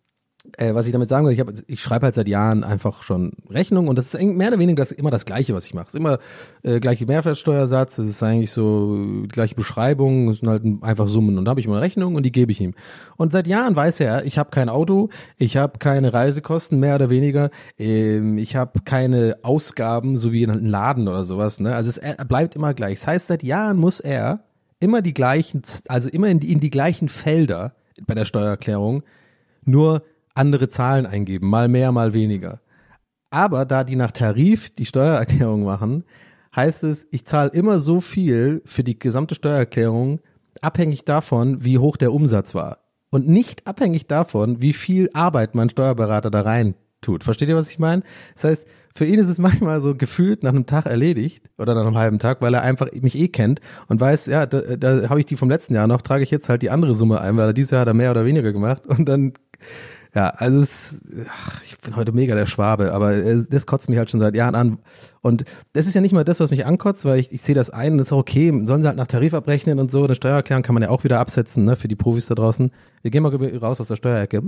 Äh, was ich damit sagen will, ich, hab, ich schreibe halt seit Jahren einfach schon Rechnungen und das ist mehr oder weniger das, immer das Gleiche, was ich mache. Es ist immer äh, gleiche Mehrwertsteuersatz, es ist eigentlich so die gleiche Beschreibung, es sind halt einfach Summen und da habe ich immer Rechnungen und die gebe ich ihm. Und seit Jahren weiß er, ich habe kein Auto, ich habe keine Reisekosten, mehr oder weniger, ähm, ich habe keine Ausgaben, so wie in einem Laden oder sowas. Ne? Also es er bleibt immer gleich. Das heißt, seit Jahren muss er immer die gleichen, also immer in die, in die gleichen Felder bei der Steuererklärung nur andere Zahlen eingeben, mal mehr, mal weniger. Aber da die nach Tarif die Steuererklärung machen, heißt es, ich zahle immer so viel für die gesamte Steuererklärung, abhängig davon, wie hoch der Umsatz war. Und nicht abhängig davon, wie viel Arbeit mein Steuerberater da rein tut. Versteht ihr, was ich meine? Das heißt, für ihn ist es manchmal so gefühlt nach einem Tag erledigt oder nach einem halben Tag, weil er einfach mich eh kennt und weiß, ja, da, da habe ich die vom letzten Jahr noch, trage ich jetzt halt die andere Summe ein, weil er dieses Jahr hat er mehr oder weniger gemacht und dann ja, also es, ach, ich bin heute mega der Schwabe, aber es, das kotzt mich halt schon seit Jahren an. Und das ist ja nicht mal das, was mich ankotzt, weil ich, ich sehe das ein und das ist auch okay, sollen sie halt nach Tarif abrechnen und so. Eine Steuererklärung kann man ja auch wieder absetzen, ne, für die Profis da draußen. Wir gehen mal raus aus der Steuerecke.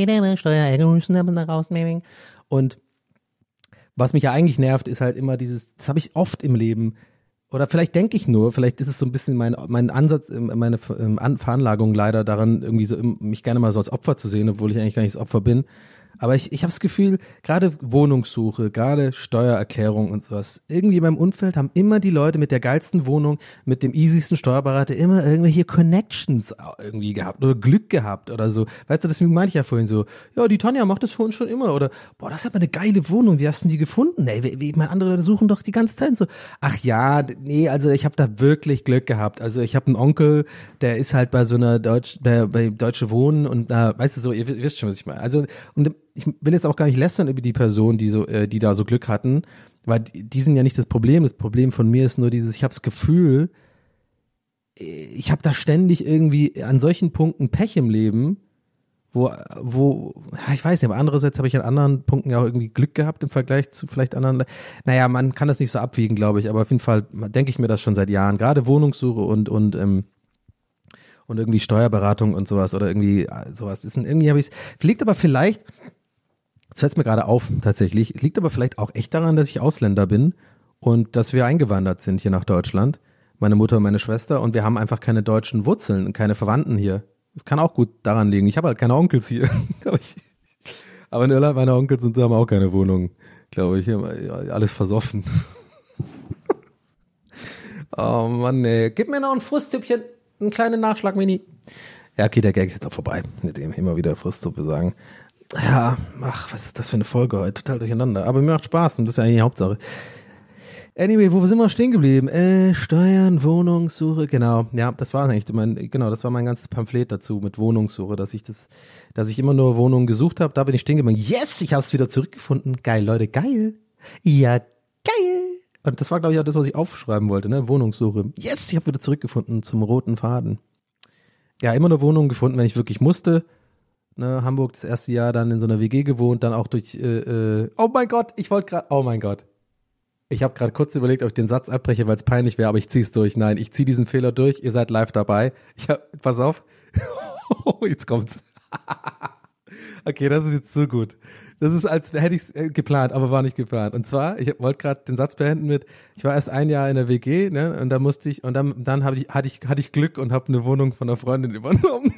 Und was mich ja eigentlich nervt, ist halt immer dieses, das habe ich oft im Leben, oder vielleicht denke ich nur, vielleicht ist es so ein bisschen mein, mein Ansatz, meine Veranlagung leider daran, irgendwie so mich gerne mal so als Opfer zu sehen, obwohl ich eigentlich gar nicht das Opfer bin. Aber ich, ich habe das Gefühl, gerade Wohnungssuche, gerade Steuererklärung und sowas, irgendwie in meinem Umfeld haben immer die Leute mit der geilsten Wohnung, mit dem easiesten Steuerberater immer irgendwelche Connections irgendwie gehabt oder Glück gehabt oder so. Weißt du, deswegen meinte ich ja vorhin so, ja, die Tanja macht das für uns schon immer oder, boah, das ist aber eine geile Wohnung, wie hast du die gefunden? Ey, wie, wie, meine andere Leute suchen doch die ganze Zeit so. Ach ja, nee, also ich habe da wirklich Glück gehabt. Also ich habe einen Onkel, der ist halt bei so einer Deutsch, bei, bei Deutsche Wohnen und na, weißt du so, ihr wisst schon, was ich meine. Also, und ich will jetzt auch gar nicht lästern über die Personen, die so, äh, die da so Glück hatten, weil die, die sind ja nicht das Problem. Das Problem von mir ist nur dieses, ich habe das Gefühl, ich habe da ständig irgendwie an solchen Punkten Pech im Leben, wo, wo, ja, ich weiß nicht, aber andererseits habe ich an anderen Punkten ja auch irgendwie Glück gehabt im Vergleich zu vielleicht anderen. Naja, man kann das nicht so abwiegen, glaube ich, aber auf jeden Fall denke ich mir das schon seit Jahren. Gerade Wohnungssuche und, und, ähm, und irgendwie Steuerberatung und sowas oder irgendwie sowas. Das ist irgendwie habe ich liegt aber vielleicht, das fällt mir gerade auf tatsächlich, es liegt aber vielleicht auch echt daran, dass ich Ausländer bin und dass wir eingewandert sind hier nach Deutschland, meine Mutter und meine Schwester, und wir haben einfach keine deutschen Wurzeln und keine Verwandten hier. Das kann auch gut daran liegen. Ich habe halt keine Onkels hier. Aber in Irland, meine Onkels und so haben auch keine Wohnung, glaube ich. Alles versoffen. Oh Mann, ey. Gib mir noch ein Frusttüppchen. Einen kleinen Nachschlag, Mini. Ja, okay, der Gag ist jetzt auch vorbei. Mit dem immer wieder Frustsuppe sagen. Ja, ach, was ist das für eine Folge heute? Total durcheinander. Aber mir macht Spaß und das ist ja eigentlich die Hauptsache. Anyway, wo sind wir stehen geblieben? Äh, Steuern, Wohnungssuche, genau. Ja, das war eigentlich mein, genau, das war mein ganzes Pamphlet dazu mit Wohnungssuche, dass ich das, dass ich immer nur Wohnungen gesucht habe. Da bin ich stehen geblieben. Yes, ich habe es wieder zurückgefunden. Geil, Leute, geil. Ja, geil. Und das war, glaube ich, auch das, was ich aufschreiben wollte, ne? Wohnungssuche. Yes, ich habe wieder zurückgefunden zum roten Faden. Ja, immer eine Wohnung gefunden, wenn ich wirklich musste. Ne, Hamburg das erste Jahr dann in so einer W G gewohnt, dann auch durch, äh, äh, oh mein Gott, ich wollte gerade, oh mein Gott. Ich habe gerade kurz überlegt, ob ich den Satz abbreche, weil es peinlich wäre, aber ich zieh's durch. Nein, ich zieh diesen Fehler durch, ihr seid live dabei. Ich hab, pass auf. Jetzt kommt's. Okay, das ist jetzt so gut. Das ist, als hätte ich es geplant, aber war nicht geplant. Und zwar, ich wollte gerade den Satz beenden mit, ich war erst ein Jahr in der W G, ne, und da musste ich, und dann, dann hab ich, hatte ich, hatte ich Glück und habe eine Wohnung von einer Freundin übernommen.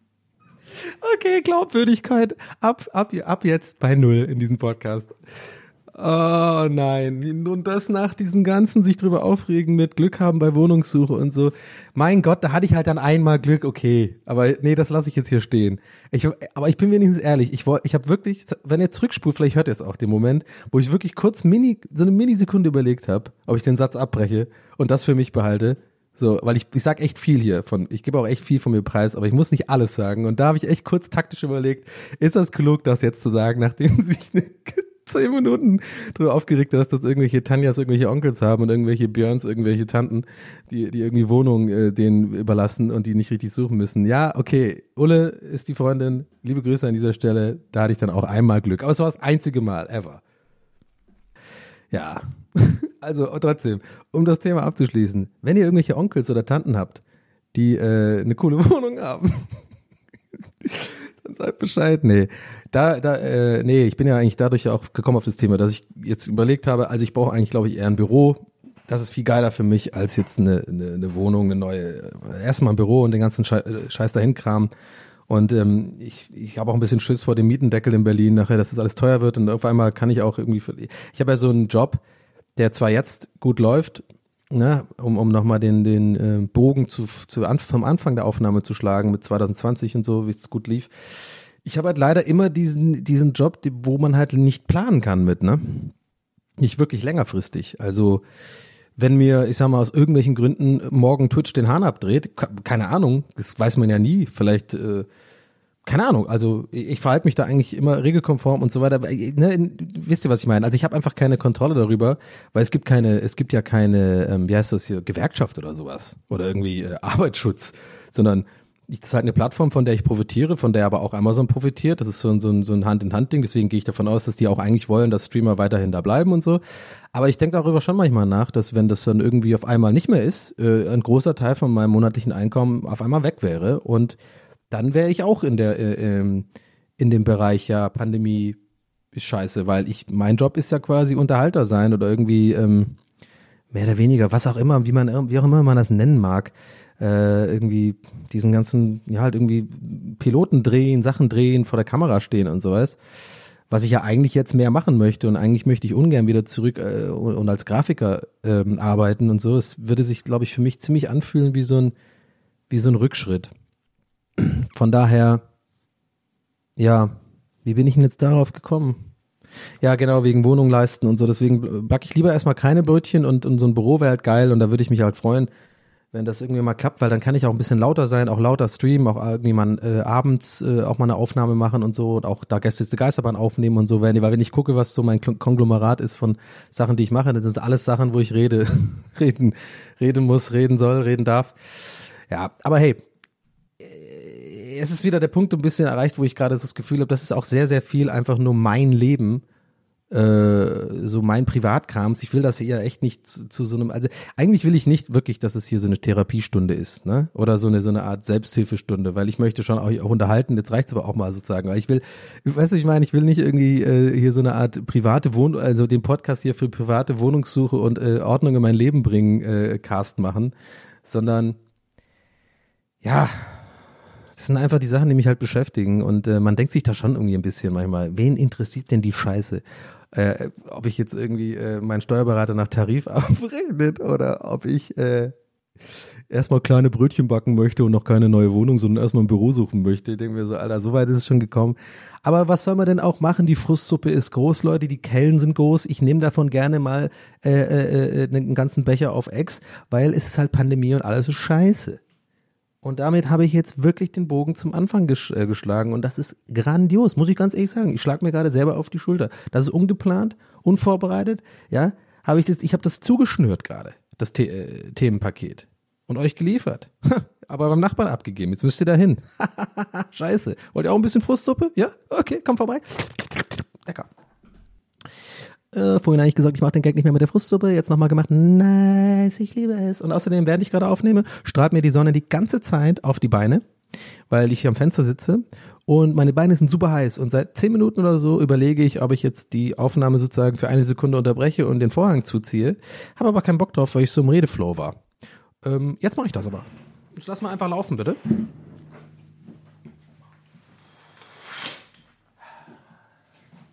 Okay, Glaubwürdigkeit ab, ab, ab jetzt bei null in diesem Podcast. Oh nein, und das nach diesem ganzen sich drüber aufregen mit Glück haben bei Wohnungssuche und so. Mein Gott, da hatte ich halt dann einmal Glück, okay, aber nee, das lasse ich jetzt hier stehen. Ich, aber ich bin wenigstens ehrlich, ich wollte, ich habe wirklich, wenn ihr zurückspult, vielleicht hört ihr es auch, den Moment, wo ich wirklich kurz mini, so eine Minisekunde überlegt habe, ob ich den Satz abbreche und das für mich behalte. So, weil ich, ich sag echt viel hier von, ich gebe auch echt viel von mir preis, aber ich muss nicht alles sagen. Und da habe ich echt kurz taktisch überlegt, ist das klug, das jetzt zu sagen, nachdem sich eine zehn Minuten drüber aufgeregt hast, dass irgendwelche Tanjas irgendwelche Onkels haben und irgendwelche Björns irgendwelche Tanten, die die irgendwie Wohnungen äh, denen überlassen und die nicht richtig suchen müssen. Ja, okay, Ulle ist die Freundin, liebe Grüße an dieser Stelle, da hatte ich dann auch einmal Glück, aber es war das einzige Mal ever. Ja, also trotzdem, um das Thema abzuschließen, wenn ihr irgendwelche Onkels oder Tanten habt, die äh, eine coole Wohnung haben, dann sagt Bescheid, nee. Da, da, äh, nee, ich bin ja eigentlich dadurch auch gekommen auf das Thema, dass ich jetzt überlegt habe, also ich brauche eigentlich, glaube ich, eher ein Büro. Das ist viel geiler für mich als jetzt eine, eine, eine Wohnung, eine neue. Erstmal ein Büro und den ganzen Scheiß dahin kramen. Und ähm, ich, ich habe auch ein bisschen Schiss vor dem Mietendeckel in Berlin nachher, dass das alles teuer wird. Und auf einmal kann ich auch irgendwie, ich habe ja so einen Job, der zwar jetzt gut läuft, ne, um, um nochmal den, den äh, Bogen zu, zu vom Anfang der Aufnahme zu schlagen mit zwanzig zwanzig und so, wie es gut lief. Ich habe halt leider immer diesen diesen Job, wo man halt nicht planen kann mit, ne? Nicht wirklich längerfristig. Also wenn mir, ich sag mal, aus irgendwelchen Gründen morgen Twitch den Hahn abdreht, keine Ahnung, das weiß man ja nie, vielleicht, äh, keine Ahnung, also ich, ich verhalte mich da eigentlich immer regelkonform und so weiter. Ne, wisst ihr, was ich meine? Also ich habe einfach keine Kontrolle darüber, weil es gibt keine, es gibt ja keine, ähm, wie heißt das hier, Gewerkschaft oder sowas oder irgendwie äh, Arbeitsschutz, sondern das ist halt eine Plattform, von der ich profitiere, von der aber auch Amazon profitiert. Das ist so ein, so ein, so ein Hand-in-Hand-Ding. Deswegen gehe ich davon aus, dass die auch eigentlich wollen, dass Streamer weiterhin da bleiben und so. Aber ich denke darüber schon manchmal nach, dass wenn das dann irgendwie auf einmal nicht mehr ist, äh, ein großer Teil von meinem monatlichen Einkommen auf einmal weg wäre. Und dann wäre ich auch in der äh, ähm, in dem Bereich, ja, Pandemie ist scheiße, weil ich, mein Job ist ja quasi Unterhalter sein oder irgendwie ähm, mehr oder weniger, was auch immer, wie man, wie auch immer man das nennen mag. Äh, irgendwie diesen ganzen, ja halt irgendwie Piloten drehen, Sachen drehen, vor der Kamera stehen und sowas, was ich ja eigentlich jetzt mehr machen möchte und eigentlich möchte ich ungern wieder zurück äh, und, und als Grafiker ähm, arbeiten und so. Es würde sich, glaube ich, für mich ziemlich anfühlen wie so ein, wie so ein Rückschritt. Von daher, ja, wie bin ich denn jetzt darauf gekommen? Ja, genau, wegen Wohnung leisten und so, deswegen backe ich lieber erstmal keine Brötchen und, und so ein Büro wäre halt geil und da würde ich mich halt freuen, wenn das irgendwie mal klappt, weil dann kann ich auch ein bisschen lauter sein, auch lauter streamen, auch irgendwie mal äh, abends äh, auch mal eine Aufnahme machen und so und auch da Gäste der Geisterbahn aufnehmen und so, weil wenn ich gucke, was so mein Konglomerat ist von Sachen, die ich mache, dann sind das alles Sachen, wo ich rede, reden, reden muss, reden soll, reden darf. Ja, aber hey, es ist wieder der Punkt ein bisschen erreicht, wo ich gerade so das Gefühl habe, das ist auch sehr, sehr viel einfach nur mein Leben, äh, so mein Privatkrams. Ich will das hier echt nicht zu, zu so einem, also eigentlich will ich nicht wirklich, dass es hier so eine Therapiestunde ist, ne? Oder so eine so eine Art Selbsthilfestunde, weil ich möchte schon auch, auch unterhalten, jetzt reicht's aber auch mal sozusagen, weil ich will, weißt du, ich meine, ich will nicht irgendwie äh, hier so eine Art private Wohn, also den Podcast hier für private Wohnungssuche und äh, Ordnung in mein Leben bringen, äh, Cast machen, sondern ja, das sind einfach die Sachen, die mich halt beschäftigen und äh, man denkt sich da schon irgendwie ein bisschen manchmal, wen interessiert denn die Scheiße? Äh, ob ich jetzt irgendwie äh, meinen Steuerberater nach Tarif abrechnet oder ob ich äh, erstmal kleine Brötchen backen möchte und noch keine neue Wohnung, sondern erstmal ein Büro suchen möchte. Ich denke mir so, Alter, so weit ist es schon gekommen. Aber was soll man denn auch machen? Die Frustsuppe ist groß, Leute, die Kellen sind groß. Ich nehme davon gerne mal äh, äh, einen ganzen Becher auf Ex, weil es ist halt Pandemie und alles ist scheiße. Und damit habe ich jetzt wirklich den Bogen zum Anfang ges- äh, geschlagen und das ist grandios, muss ich ganz ehrlich sagen. Ich schlage mir gerade selber auf die Schulter. Das ist ungeplant, unvorbereitet, ja, habe ich das, ich habe das zugeschnürt gerade, das The- äh, Themenpaket und euch geliefert, aber beim Nachbarn abgegeben. Jetzt müsst ihr da hin. Scheiße. Wollt ihr auch ein bisschen Frustsuppe? Ja? Okay, komm vorbei. Lecker. Äh, vorhin eigentlich gesagt, ich mache den Gag nicht mehr mit der Frustsuppe, jetzt nochmal gemacht, nice, ich liebe es. Und außerdem, während ich gerade aufnehme, strahlt mir die Sonne die ganze Zeit auf die Beine, weil ich hier am Fenster sitze und meine Beine sind super heiß und seit zehn Minuten oder so überlege ich, ob ich jetzt die Aufnahme sozusagen für eine Sekunde unterbreche und den Vorhang zuziehe, habe aber keinen Bock drauf, weil ich so im Redeflow war. Ähm, jetzt mache ich das aber. Jetzt lass mal einfach laufen, bitte. Ja,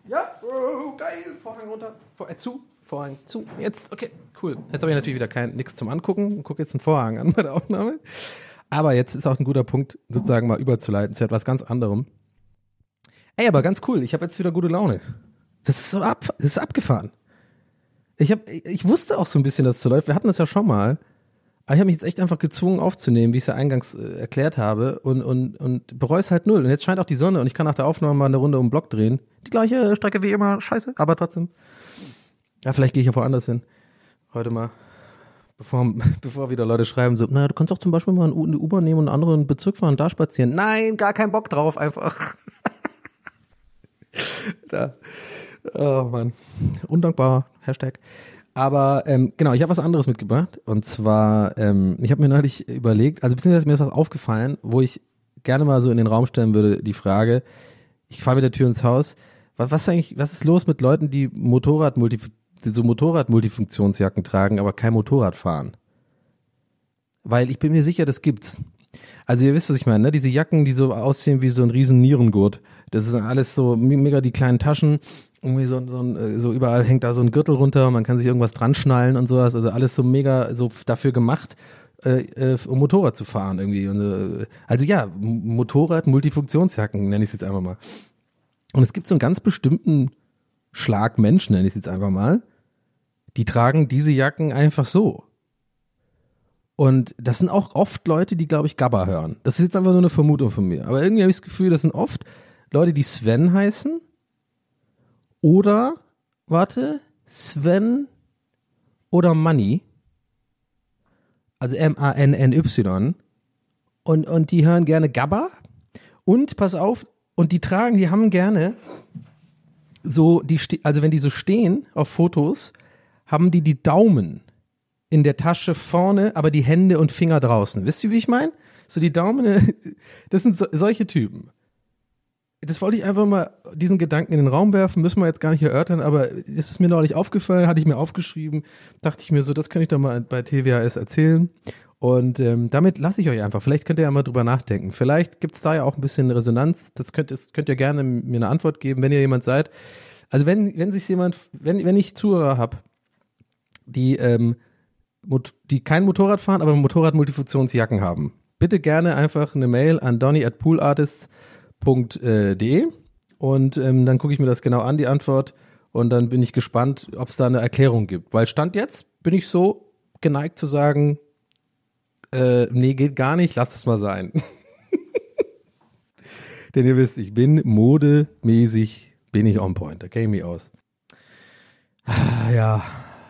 Oh, geil, Vorhang runter. Vor, äh, zu, Vorhang zu. Jetzt, okay, cool. Jetzt habe ich natürlich wieder kein nichts zum Angucken. Gucke jetzt einen Vorhang an bei der Aufnahme. Aber jetzt ist auch ein guter Punkt, sozusagen mal überzuleiten zu etwas ganz anderem. Ey, aber ganz cool. Ich habe jetzt wieder gute Laune. Das ist so ab, das ist abgefahren. Ich habe, ich wusste auch so ein bisschen, dass es so läuft. Wir hatten das ja schon mal. Aber ich habe mich jetzt echt einfach gezwungen aufzunehmen, wie ich es ja eingangs äh, erklärt habe und, und, und bereue es halt null. Und jetzt scheint auch die Sonne und ich kann nach der Aufnahme mal eine Runde um den Block drehen. Die gleiche Strecke wie immer, scheiße, aber trotzdem. Ja, vielleicht gehe ich ja woanders hin. Heute mal, bevor, bevor wieder Leute schreiben so, naja, du kannst doch zum Beispiel mal eine U-Bahn nehmen und einen anderen Bezirk fahren und da spazieren. Nein, gar keinen Bock drauf, einfach. Da. Oh Mann, undankbar, Hashtag. Aber ähm, genau, ich habe was anderes mitgebracht und zwar, ähm, ich habe mir neulich überlegt, also beziehungsweise mir ist was aufgefallen, wo ich gerne mal so in den Raum stellen würde, die Frage, ich fahre mit der Tür ins Haus, was, was, ist eigentlich, was ist los mit Leuten, die Motorrad die so Motorrad-Multifunktionsjacken tragen, aber kein Motorrad fahren? Weil ich bin mir sicher, das gibt's. Also ihr wisst, was ich meine, ne? Diese Jacken, die so aussehen wie so ein riesen Nierengurt, das ist alles so mega die kleinen Taschen, irgendwie so, so, so überall hängt da so ein Gürtel runter, man kann sich irgendwas dran schnallen und sowas, also alles so mega so dafür gemacht, äh, äh, um Motorrad zu fahren irgendwie. Und, äh, also ja, Motorrad, Multifunktionsjacken nenne ich es jetzt einfach mal. Und es gibt so einen ganz bestimmten Schlag Menschen, nenne ich es jetzt einfach mal, die tragen diese Jacken einfach so. Und das sind auch oft Leute, die, glaube ich, Gabba hören. Das ist jetzt einfach nur eine Vermutung von mir. Aber irgendwie habe ich das Gefühl, das sind oft Leute, die Sven heißen. Oder, warte, Sven oder Manny. Also M A N N Y. Und, und die hören gerne Gabba. Und, pass auf, und die tragen, die haben gerne so, die ste- also wenn die so stehen auf Fotos, haben die die Daumen in der Tasche vorne, aber die Hände und Finger draußen. Wisst ihr, wie ich meine? So die Daumen, das sind so, solche Typen. Das wollte ich einfach mal, diesen Gedanken in den Raum werfen, müssen wir jetzt gar nicht erörtern, aber das ist mir neulich aufgefallen, hatte ich mir aufgeschrieben, dachte ich mir so, das kann ich doch mal bei T W A S erzählen und ähm, damit lasse ich euch einfach, vielleicht könnt ihr ja mal drüber nachdenken, vielleicht gibt es da ja auch ein bisschen Resonanz, das könnt, das könnt ihr gerne mir eine Antwort geben, wenn ihr jemand seid, also wenn, wenn sich jemand, wenn, wenn ich Zuhörer habe, die, ähm, die kein Motorrad fahren, aber Motorrad-Multifunktionsjacken haben, bitte gerne einfach eine Mail an donny at poolartists punkt de und ähm, dann gucke ich mir das genau an, die Antwort, und dann bin ich gespannt, ob es da eine Erklärung gibt. Weil Stand jetzt bin ich so geneigt zu sagen, äh, nee, geht gar nicht, lasst es mal sein. Denn ihr wisst, ich bin modemäßig, bin ich on point, da kenne ich mich aus. Ah, ja.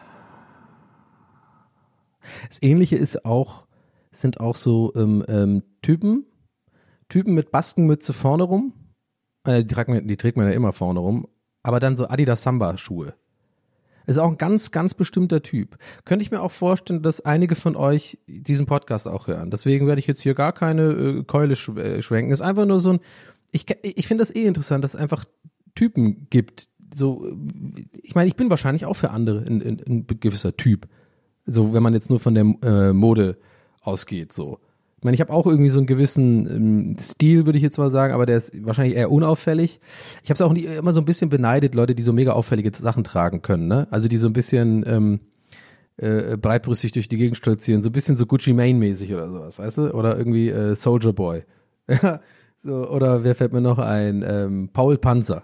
Das Ähnliche ist auch, sind auch so ähm, ähm, Typen, Typen mit Baskenmütze vorne rum, äh, die, trägt man, die trägt man ja immer vorne rum, aber dann so Adidas Samba-Schuhe. Ist auch ein ganz, ganz bestimmter Typ. Könnte ich mir auch vorstellen, dass einige von euch diesen Podcast auch hören. Deswegen werde ich jetzt hier gar keine äh, Keule sch- äh, schwenken. Ist einfach nur so ein, ich, ich finde das eh interessant, dass es einfach Typen gibt. So, ich meine, ich bin wahrscheinlich auch für andere ein, ein, ein gewisser Typ. So, wenn man jetzt nur von der äh, Mode ausgeht, so. Ich meine, ich habe auch irgendwie so einen gewissen ähm, Stil, würde ich jetzt mal sagen, aber der ist wahrscheinlich eher unauffällig. Ich habe es auch nie, immer so ein bisschen beneidet, Leute, die so mega auffällige Sachen tragen können, ne? Also die so ein bisschen ähm, äh, breitbrüstig durch die Gegend stolzieren, so ein bisschen so Gucci Mane-mäßig oder sowas, weißt du? Oder irgendwie äh, Soldier Boy. So, oder wer fällt mir noch ein? Ähm, Paul Panzer.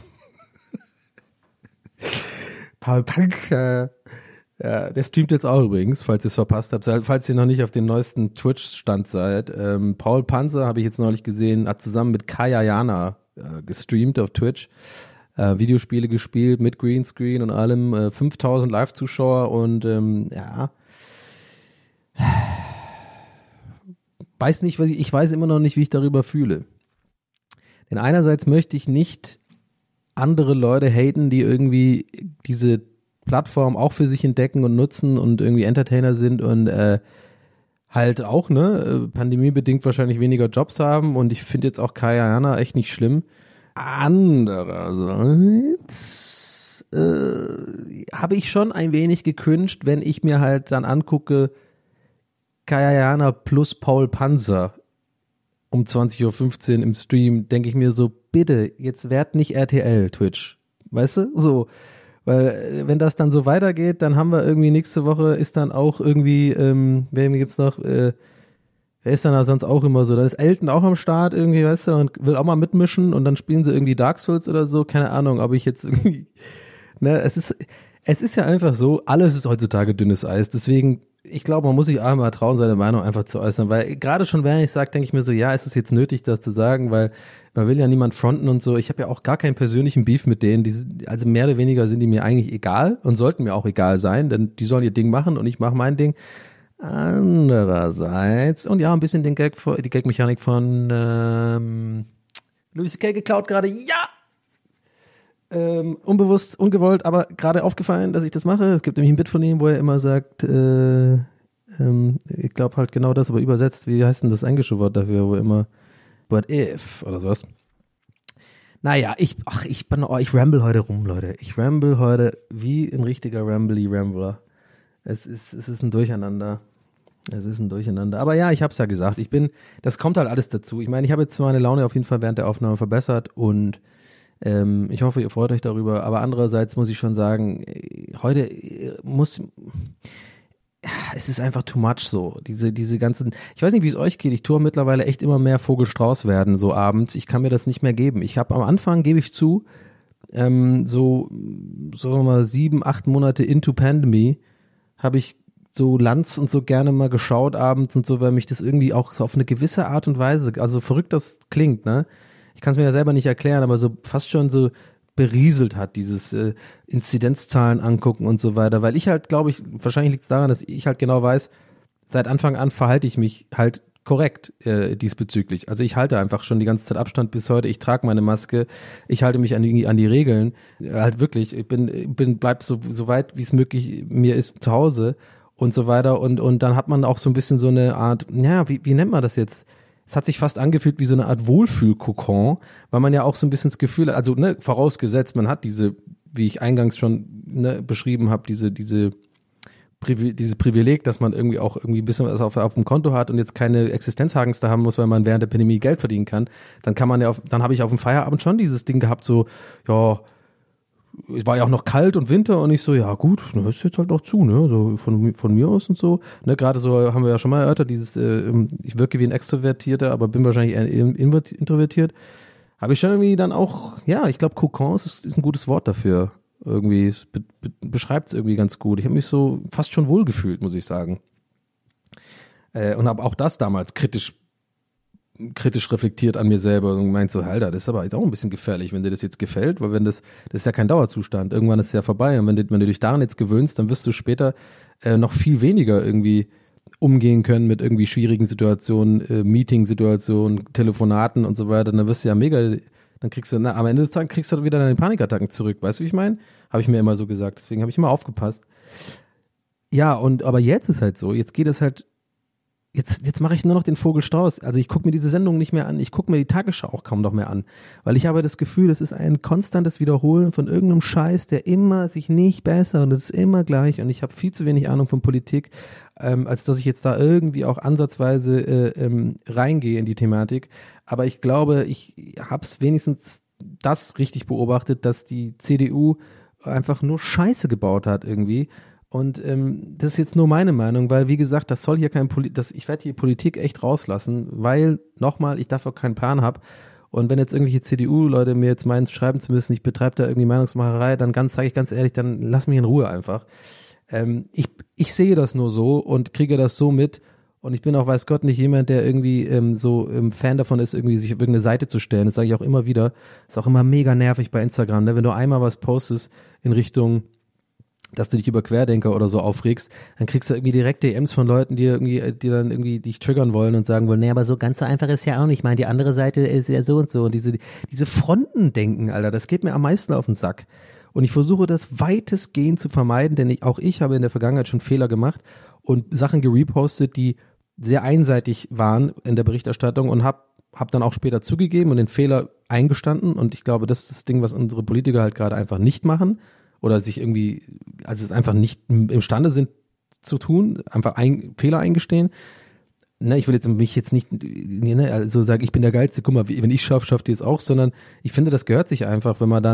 Paul Panzer. Ja, der streamt jetzt auch übrigens, falls ihr es verpasst habt, falls ihr noch nicht auf den neuesten Twitch-Stand seid. Ähm, Paul Panzer habe ich jetzt neulich gesehen, hat zusammen mit Kaya Jana äh, gestreamt auf Twitch, äh, Videospiele gespielt mit Greenscreen und allem, äh, fünftausend Live-Zuschauer und ähm, ja, weiß nicht, was ich, ich weiß immer noch nicht, wie ich darüber fühle. Denn einerseits möchte ich nicht andere Leute haten, die irgendwie diese Plattform auch für sich entdecken und nutzen und irgendwie Entertainer sind und äh, halt auch, ne, pandemiebedingt wahrscheinlich weniger Jobs haben, und ich finde jetzt auch Kaya Jana echt nicht schlimm. Andererseits äh, habe ich schon ein wenig gecringed, wenn ich mir halt dann angucke, Kaya Jana plus Paul Panzer um zwanzig Uhr fünfzehn im Stream, denke ich mir so, bitte, jetzt werd nicht R T L, Twitch. weißt du, so. Weil wenn das dann so weitergeht, dann haben wir irgendwie nächste Woche ist dann auch irgendwie, ähm, wer gibt's noch, äh, wer ist dann da sonst auch immer so? Dann ist Elton auch am Start irgendwie, weißt du, und will auch mal mitmischen und dann spielen sie irgendwie Dark Souls oder so, keine Ahnung, ob ich jetzt irgendwie, ne, es ist, es ist ja einfach so, alles ist heutzutage dünnes Eis, deswegen, ich glaube, man muss sich auch mal trauen, seine Meinung einfach zu äußern, weil gerade schon, während ich sage, denke ich mir so, ja, ist es jetzt nötig, das zu sagen, weil man will ja niemand fronten und so. Ich habe ja auch gar keinen persönlichen Beef mit denen. Die, also mehr oder weniger sind die mir eigentlich egal und sollten mir auch egal sein, denn die sollen ihr Ding machen und ich mache mein Ding. Andererseits, und ja, ein bisschen den Gag, die Gag-Mechanik von ähm, Louis C K geklaut gerade, ja! Ähm, unbewusst, ungewollt, aber gerade aufgefallen, dass ich das mache. Es gibt nämlich ein Bit von ihm, wo er immer sagt, äh, ähm, ich glaube halt genau das, aber übersetzt, wie heißt denn das englische Wort dafür, wo immer What if oder sowas. Naja, ich, ach, ich bin, oh, ich ramble heute rum, Leute. Ich ramble heute wie ein richtiger Rambly-Rambler. Es ist, es ist ein Durcheinander. Es ist ein Durcheinander. Aber ja, ich hab's ja gesagt. Ich bin, das kommt halt alles dazu. Ich meine, ich habe jetzt meine Laune auf jeden Fall während der Aufnahme verbessert und ähm, ich hoffe, ihr freut euch darüber. Aber andererseits muss ich schon sagen, heute muss, es ist einfach too much so. Diese, diese ganzen, ich weiß nicht, wie es euch geht. Ich tue mittlerweile echt immer mehr Vogelstrauß werden, so abends. Ich kann mir das nicht mehr geben. Ich habe am Anfang, gebe ich zu, ähm, so, sagen wir mal, sieben, acht Monate into Pandemie, habe ich so Lanz und so gerne mal geschaut abends und so, weil mich das irgendwie auch so auf eine gewisse Art und Weise, also verrückt das klingt, ne? Ich kann es mir ja selber nicht erklären, aber so fast schon so berieselt hat, dieses äh, Inzidenzzahlen angucken und so weiter, weil ich halt, glaube ich, wahrscheinlich liegt es daran, dass ich halt genau weiß, seit Anfang an verhalte ich mich halt korrekt äh, diesbezüglich. Also ich halte einfach schon die ganze Zeit Abstand bis heute, ich trage meine Maske, ich halte mich an die, an die Regeln, äh, halt wirklich, ich bin, bin bleib so, so weit, wie es möglich mir ist, zu Hause und so weiter und und dann hat man auch so ein bisschen so eine Art, ja, wie, wie nennt man das jetzt? Es hat sich fast angefühlt wie so eine Art Wohlfühlkokon, weil man ja auch so ein bisschen das Gefühl hat, also ne, vorausgesetzt, man hat diese, wie ich eingangs schon ne, beschrieben habe, diese diese Privi- dieses Privileg, dass man irgendwie auch irgendwie ein bisschen was auf, auf dem Konto hat und jetzt keine Existenzangst haben muss, weil man während der Pandemie Geld verdienen kann, dann kann man ja, auf, dann habe ich auf dem Feierabend schon dieses Ding gehabt, so, ja, es war ja auch noch kalt und Winter und ich so, ja gut, na, ist jetzt halt noch zu, ne, so von, von mir aus und so, ne, gerade so haben wir ja schon mal erörtert, dieses, äh, ich wirke wie ein Extrovertierter, aber bin wahrscheinlich eher introvertiert, habe ich schon irgendwie dann auch, ja, ich glaube, Kokon ist, ist ein gutes Wort dafür, irgendwie, es be- be- beschreibt es irgendwie ganz gut, ich habe mich so fast schon wohlgefühlt, muss ich sagen, äh, und habe auch das damals kritisch kritisch reflektiert an mir selber und meint so, Alter, das ist aber jetzt auch ein bisschen gefährlich, wenn dir das jetzt gefällt, weil wenn das, das ist ja kein Dauerzustand, irgendwann ist es ja vorbei und wenn du, wenn du dich daran jetzt gewöhnst, dann wirst du später äh, noch viel weniger irgendwie umgehen können mit irgendwie schwierigen Situationen, äh, Meeting-Situationen, Telefonaten und so weiter, dann wirst du ja mega, dann kriegst du, na, am Ende des Tages kriegst du wieder deine Panikattacken zurück, weißt du, wie ich meine? Habe ich mir immer so gesagt, deswegen habe ich immer aufgepasst. Ja, und aber jetzt ist halt so, jetzt geht es halt Jetzt, jetzt mache ich nur noch den Vogelstrauß. Also ich gucke mir diese Sendung nicht mehr an. Ich gucke mir die Tagesschau auch kaum noch mehr an. Weil ich habe das Gefühl, es ist ein konstantes Wiederholen von irgendeinem Scheiß, der immer sich nicht besser und es ist immer gleich. Und ich habe viel zu wenig Ahnung von Politik, ähm, als dass ich jetzt da irgendwie auch ansatzweise äh, ähm, reingehe in die Thematik. Aber ich glaube, ich habe es wenigstens das richtig beobachtet, dass die C D U einfach nur Scheiße gebaut hat irgendwie. Und ähm, das ist jetzt nur meine Meinung, weil wie gesagt, das soll hier kein Poli- das, ich werde die Politik echt rauslassen, weil nochmal, ich dafür keinen Plan habe. Und wenn jetzt irgendwelche C D U-Leute mir jetzt meinen, schreiben zu müssen, ich betreibe da irgendwie Meinungsmacherei, dann ganz, sage ich ganz ehrlich, dann lass mich in Ruhe einfach. Ähm, ich, ich sehe das nur so und kriege das so mit. Und ich bin auch, weiß Gott, nicht jemand, der irgendwie ähm, so ähm, Fan davon ist, irgendwie sich auf irgendeine Seite zu stellen. Das sage ich auch immer wieder. Ist auch immer mega nervig bei Instagram, ne? Wenn du einmal was postest in Richtung, dass du dich über Querdenker oder so aufregst, dann kriegst du irgendwie direkt D Ms von Leuten, die irgendwie, die dann irgendwie dich triggern wollen und sagen wollen, nee, aber so ganz so einfach ist ja auch nicht. Ich meine, die andere Seite ist ja so und so. Und diese, diese Frontendenken, Alter, das geht mir am meisten auf den Sack. Und ich versuche das weitestgehend zu vermeiden, denn ich, auch ich habe in der Vergangenheit schon Fehler gemacht und Sachen gerepostet, die sehr einseitig waren in der Berichterstattung und habe hab dann auch später zugegeben und den Fehler eingestanden. Und ich glaube, das ist das Ding, was unsere Politiker halt gerade einfach nicht machen. Oder sich irgendwie, also es einfach nicht imstande sind zu tun, einfach ein, Fehler eingestehen. Ne, ich will jetzt mich jetzt nicht, ne, also sagen, ich bin der Geilste, guck mal, wenn ich schaffe, schafft ihr es auch, sondern ich finde, das gehört sich einfach, wenn man dann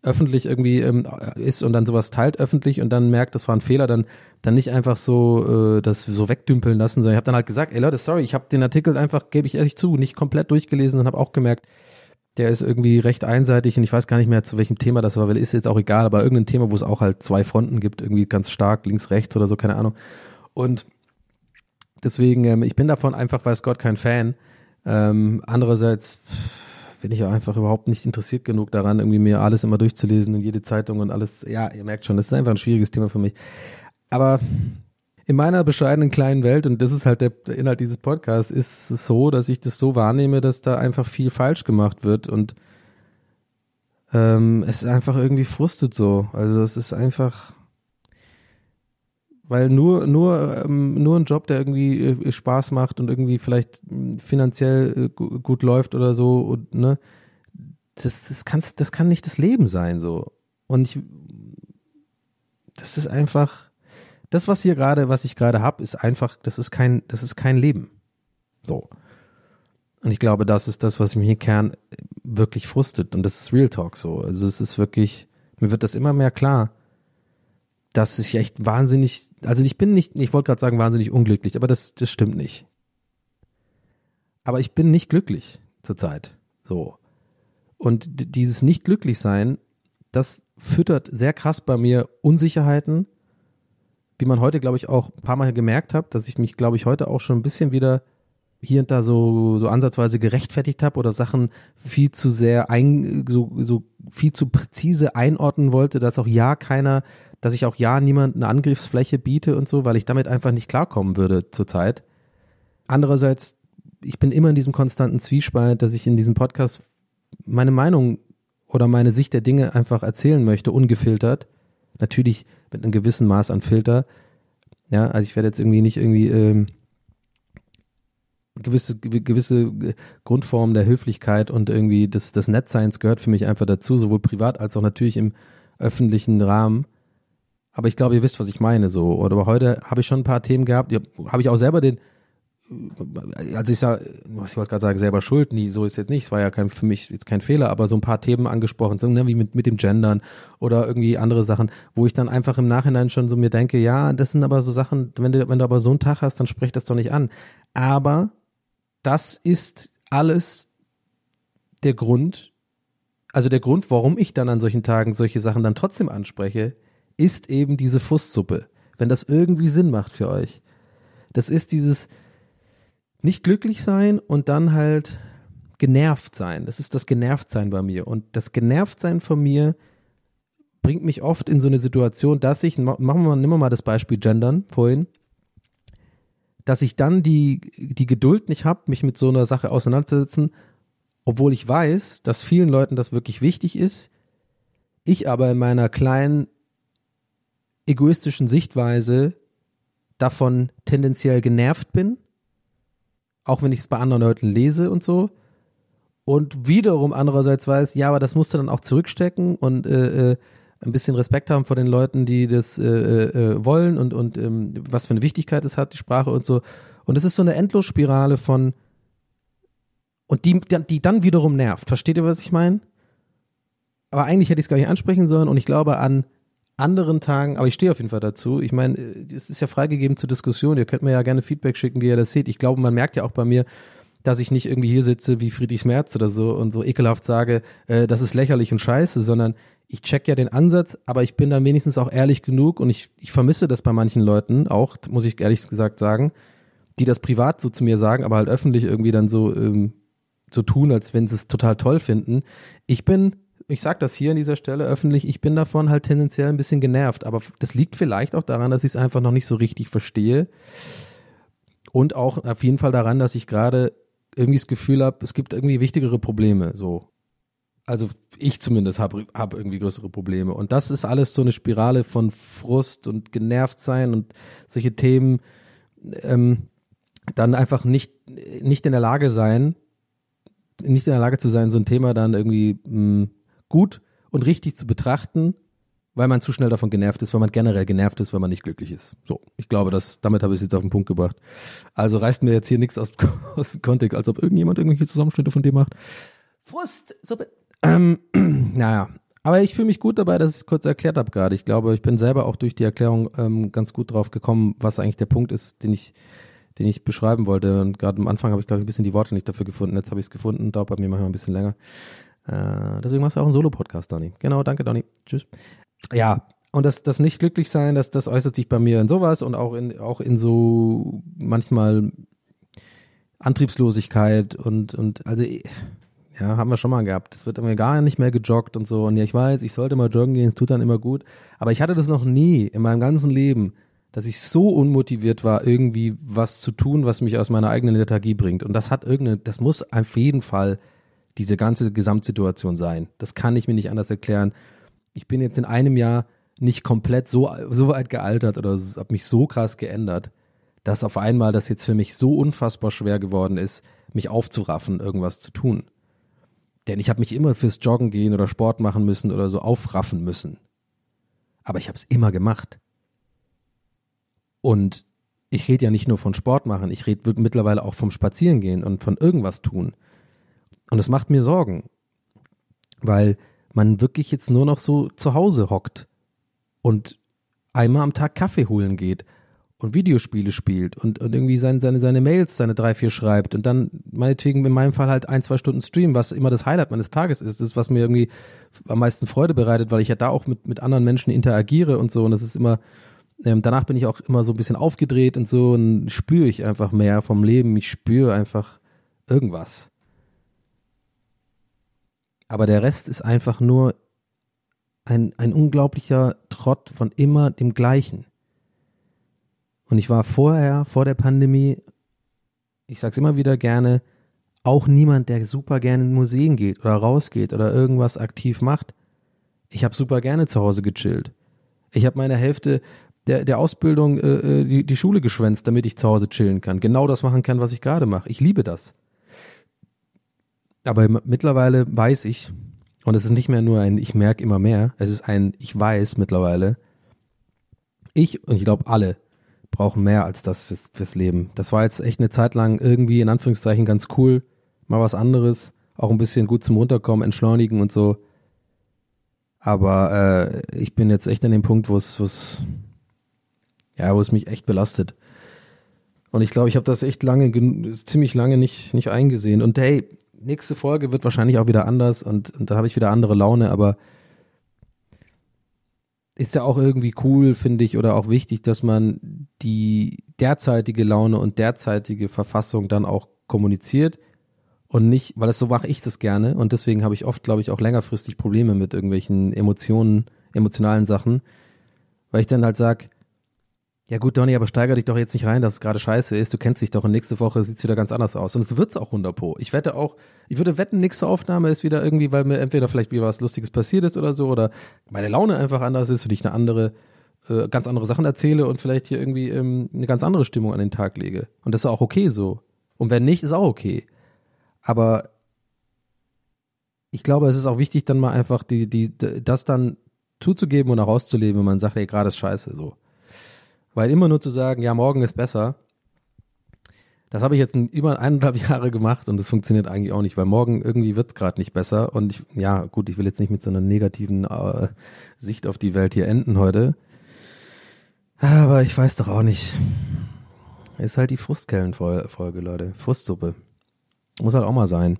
öffentlich irgendwie ähm, ist und dann sowas teilt öffentlich und dann merkt, das war ein Fehler, dann dann nicht einfach so äh, das so wegdümpeln lassen, sondern ich habe dann halt gesagt, ey Leute, sorry, ich habe den Artikel einfach, gebe ich ehrlich zu, nicht komplett durchgelesen und habe auch gemerkt, der ist irgendwie recht einseitig und ich weiß gar nicht mehr, zu welchem Thema das war, weil ist jetzt auch egal, aber irgendein Thema, wo es auch halt zwei Fronten gibt, irgendwie ganz stark, links, rechts oder so, keine Ahnung. Und deswegen, ähm, ich bin davon einfach, weiß Gott, kein Fan. Ähm, andererseits bin ich auch einfach überhaupt nicht interessiert genug daran, irgendwie mir alles immer durchzulesen und jede Zeitung und alles. Ja, ihr merkt schon, das ist einfach ein schwieriges Thema für mich. Aber in meiner bescheidenen kleinen Welt, und das ist halt der, der Inhalt dieses Podcasts, ist es so, dass ich das so wahrnehme, dass da einfach viel falsch gemacht wird und ähm, es ist einfach irgendwie frustet so. Also es ist einfach, weil nur nur ähm, nur ein Job, der irgendwie äh, Spaß macht und irgendwie vielleicht äh, finanziell äh, gu- gut läuft oder so, und, ne, das das kann das kann nicht das Leben sein so. Und ich, das ist einfach das, was hier gerade, was ich gerade habe, ist einfach, das ist kein, das ist kein Leben. So. Und ich glaube, das ist das, was mich im Kern wirklich frustet. Und das ist Real Talk so. Also es ist wirklich, mir wird das immer mehr klar, dass ich echt wahnsinnig, also ich bin nicht, ich wollte gerade sagen wahnsinnig unglücklich, aber das, das stimmt nicht. Aber ich bin nicht glücklich zurzeit. So. Und d- dieses Nicht-Glücklich-Sein, das füttert sehr krass bei mir Unsicherheiten, wie man heute, glaube ich, auch ein paar Mal gemerkt hat, dass ich mich, glaube ich, heute auch schon ein bisschen wieder hier und da so, so ansatzweise gerechtfertigt habe oder Sachen viel zu sehr ein, so, so viel zu präzise einordnen wollte, dass auch ja keiner, dass ich auch ja niemand eine Angriffsfläche biete und so, weil ich damit einfach nicht klarkommen würde zurzeit. Andererseits, ich bin immer in diesem konstanten Zwiespalt, dass ich in diesem Podcast meine Meinung oder meine Sicht der Dinge einfach erzählen möchte, ungefiltert. Natürlich mit einem gewissen Maß an Filter. Ja, also ich werde jetzt irgendwie nicht irgendwie ähm, gewisse gewisse Grundformen der Höflichkeit und irgendwie des, des Nettseins gehört für mich einfach dazu, sowohl privat als auch natürlich im öffentlichen Rahmen. Aber ich glaube, ihr wisst, was ich meine so. Oder aber heute habe ich schon ein paar Themen gehabt, die habe ich auch selber den, als ich sage, was ich wollte gerade sagen, selber schuld, nie, so ist jetzt nicht, es war ja kein, für mich jetzt kein Fehler, aber so ein paar Themen angesprochen, so, ne, wie mit, mit dem Gendern oder irgendwie andere Sachen, wo ich dann einfach im Nachhinein schon so mir denke, ja, das sind aber so Sachen, wenn du, wenn du aber so einen Tag hast, dann sprech das doch nicht an. Aber das ist alles der Grund, also der Grund, warum ich dann an solchen Tagen solche Sachen dann trotzdem anspreche, ist eben diese Frustsuppe. Wenn das irgendwie Sinn macht für euch. Das ist dieses nicht glücklich sein und dann halt genervt sein. Das ist das Genervtsein bei mir. Und das Genervtsein von mir bringt mich oft in so eine Situation, dass ich, machen wir mal, nehmen wir mal das Beispiel Gendern vorhin, dass ich dann die, die Geduld nicht habe, mich mit so einer Sache auseinanderzusetzen, obwohl ich weiß, dass vielen Leuten das wirklich wichtig ist, ich aber in meiner kleinen egoistischen Sichtweise davon tendenziell genervt bin, auch wenn ich es bei anderen Leuten lese und so, und wiederum andererseits weiß, ja, aber das musst du dann auch zurückstecken und äh, äh, ein bisschen Respekt haben vor den Leuten, die das äh, äh, wollen und, und ähm, was für eine Wichtigkeit es hat, die Sprache und so. Und es ist so eine Endlosspirale von, und die, die dann wiederum nervt. Versteht ihr, was ich meine? Aber eigentlich hätte ich es gar nicht ansprechen sollen und ich glaube an anderen Tagen, aber ich stehe auf jeden Fall dazu. Ich meine, es ist ja freigegeben zur Diskussion. Ihr könnt mir ja gerne Feedback schicken, wie ihr das seht. Ich glaube, man merkt ja auch bei mir, dass ich nicht irgendwie hier sitze wie Friedrich Merz oder so und so ekelhaft sage, äh, das ist lächerlich und scheiße, sondern ich check ja den Ansatz, aber ich bin dann wenigstens auch ehrlich genug und ich, ich vermisse das bei manchen Leuten auch, muss ich ehrlich gesagt sagen, die das privat so zu mir sagen, aber halt öffentlich irgendwie dann so, ähm, so tun, als wenn sie es total toll finden. Ich bin Ich sage das hier an dieser Stelle öffentlich, ich bin davon halt tendenziell ein bisschen genervt, aber das liegt vielleicht auch daran, dass ich es einfach noch nicht so richtig verstehe und auch auf jeden Fall daran, dass ich gerade irgendwie das Gefühl habe, es gibt irgendwie wichtigere Probleme, so. Also ich zumindest habe hab irgendwie größere Probleme und das ist alles so eine Spirale von Frust und genervt sein und solche Themen ähm, dann einfach nicht, nicht in der Lage sein, nicht in der Lage zu sein, so ein Thema dann irgendwie mh, gut und richtig zu betrachten, weil man zu schnell davon genervt ist, weil man generell genervt ist, weil man nicht glücklich ist. So, ich glaube, dass, damit habe ich es jetzt auf den Punkt gebracht. Also reißt mir jetzt hier nichts aus, aus dem Kontext, als ob irgendjemand irgendwelche Zusammenschnitte von dem macht. Frust, so, ähm, naja, Aber ich fühle mich gut dabei, dass ich es kurz erklärt habe gerade. Ich glaube, ich bin selber auch durch die Erklärung ähm, ganz gut drauf gekommen, was eigentlich der Punkt ist, den ich, den ich beschreiben wollte. Und gerade am Anfang habe ich, glaube ich, ein bisschen die Worte nicht dafür gefunden. Jetzt habe ich es gefunden, dauert bei mir manchmal ein bisschen länger. Äh, deswegen machst du auch einen Solo-Podcast, Donny. Genau, danke, Donny. Tschüss. Ja, und das, das nicht glücklich sein, das, das äußert sich bei mir in sowas und auch in, auch in so manchmal Antriebslosigkeit und, und also ja, haben wir schon mal gehabt. Es wird irgendwie gar nicht mehr gejoggt und so. Und ja, ich weiß, ich sollte mal joggen gehen, es tut dann immer gut. Aber ich hatte das noch nie in meinem ganzen Leben, dass ich so unmotiviert war, irgendwie was zu tun, was mich aus meiner eigenen Lethargie bringt. Und das hat irgendeine, das muss auf jeden Fall diese ganze Gesamtsituation sein. Das kann ich mir nicht anders erklären. Ich bin jetzt in einem Jahr nicht komplett so, so weit gealtert oder es hat mich so krass geändert, dass auf einmal das jetzt für mich so unfassbar schwer geworden ist, mich aufzuraffen, irgendwas zu tun. Denn ich habe mich immer fürs Joggen gehen oder Sport machen müssen oder so aufraffen müssen. Aber ich habe es immer gemacht. Und ich rede ja nicht nur von Sport machen, ich rede mittlerweile auch vom Spazierengehen und von irgendwas tun. Und es macht mir Sorgen, weil man wirklich jetzt nur noch so zu Hause hockt und einmal am Tag Kaffee holen geht und Videospiele spielt und, und irgendwie seine, seine, seine Mails, seine drei, vier schreibt und dann meinetwegen in meinem Fall halt ein, zwei Stunden Stream, was immer das Highlight meines Tages ist, das ist, was mir irgendwie am meisten Freude bereitet, weil ich ja da auch mit, mit anderen Menschen interagiere und so und das ist immer, ähm, danach bin ich auch immer so ein bisschen aufgedreht und so und spüre ich einfach mehr vom Leben, ich spüre einfach irgendwas. Aber der Rest ist einfach nur ein, ein unglaublicher Trott von immer dem Gleichen. Und ich war vorher, vor der Pandemie, ich sag's immer wieder gerne, auch niemand, der super gerne in Museen geht oder rausgeht oder irgendwas aktiv macht. Ich habe super gerne zu Hause gechillt. Ich habe meine Hälfte der, der Ausbildung äh, die, die Schule geschwänzt, damit ich zu Hause chillen kann. Genau das machen kann, was ich gerade mache. Ich liebe das. Aber mittlerweile weiß ich, und es ist nicht mehr nur ein ich merke immer mehr, es ist ein ich weiß mittlerweile, ich und ich glaube alle brauchen mehr als das fürs, fürs Leben. Das war jetzt echt eine Zeit lang irgendwie in Anführungszeichen ganz cool, mal was anderes, auch ein bisschen gut zum Runterkommen, entschleunigen und so. Aber äh, ich bin jetzt echt an dem Punkt, wo es, wo es, ja, wo es mich echt belastet. Und ich glaube, ich habe das echt lange, ziemlich lange nicht, nicht eingesehen. Und hey, nächste Folge wird wahrscheinlich auch wieder anders und, und da habe ich wieder andere Laune, aber ist ja auch irgendwie cool, finde ich, oder auch wichtig, dass man die derzeitige Laune und derzeitige Verfassung dann auch kommuniziert und nicht, weil das so mache ich das gerne und deswegen habe ich oft, glaube ich, auch längerfristig Probleme mit irgendwelchen Emotionen, emotionalen Sachen, weil ich dann halt sage, ja gut, Donny, aber steiger dich doch jetzt nicht rein, dass es gerade scheiße ist. Du kennst dich doch und nächste Woche sieht es wieder ganz anders aus. Und es wird's auch hundert Pro. Ich wette auch, ich würde wetten, nächste Aufnahme ist wieder irgendwie, weil mir entweder vielleicht wieder was Lustiges passiert ist oder so oder meine Laune einfach anders ist und ich eine andere, äh, ganz andere Sachen erzähle und vielleicht hier irgendwie ähm, eine ganz andere Stimmung an den Tag lege. Und das ist auch okay so. Und wenn nicht, ist auch okay. Aber ich glaube, es ist auch wichtig, dann mal einfach die, die, das dann zuzugeben und auch auszuleben, wenn man sagt, ey, gerade ist scheiße, so. Weil immer nur zu sagen, ja, morgen ist besser, das habe ich jetzt über eineinhalb Jahre gemacht und das funktioniert eigentlich auch nicht, weil morgen irgendwie wird es gerade nicht besser und ich, ja gut, ich will jetzt nicht mit so einer negativen äh, Sicht auf die Welt hier enden heute, aber ich weiß doch auch nicht. Ist halt die Frustkellenfolge, Leute, Frustsuppe. Muss halt auch mal sein.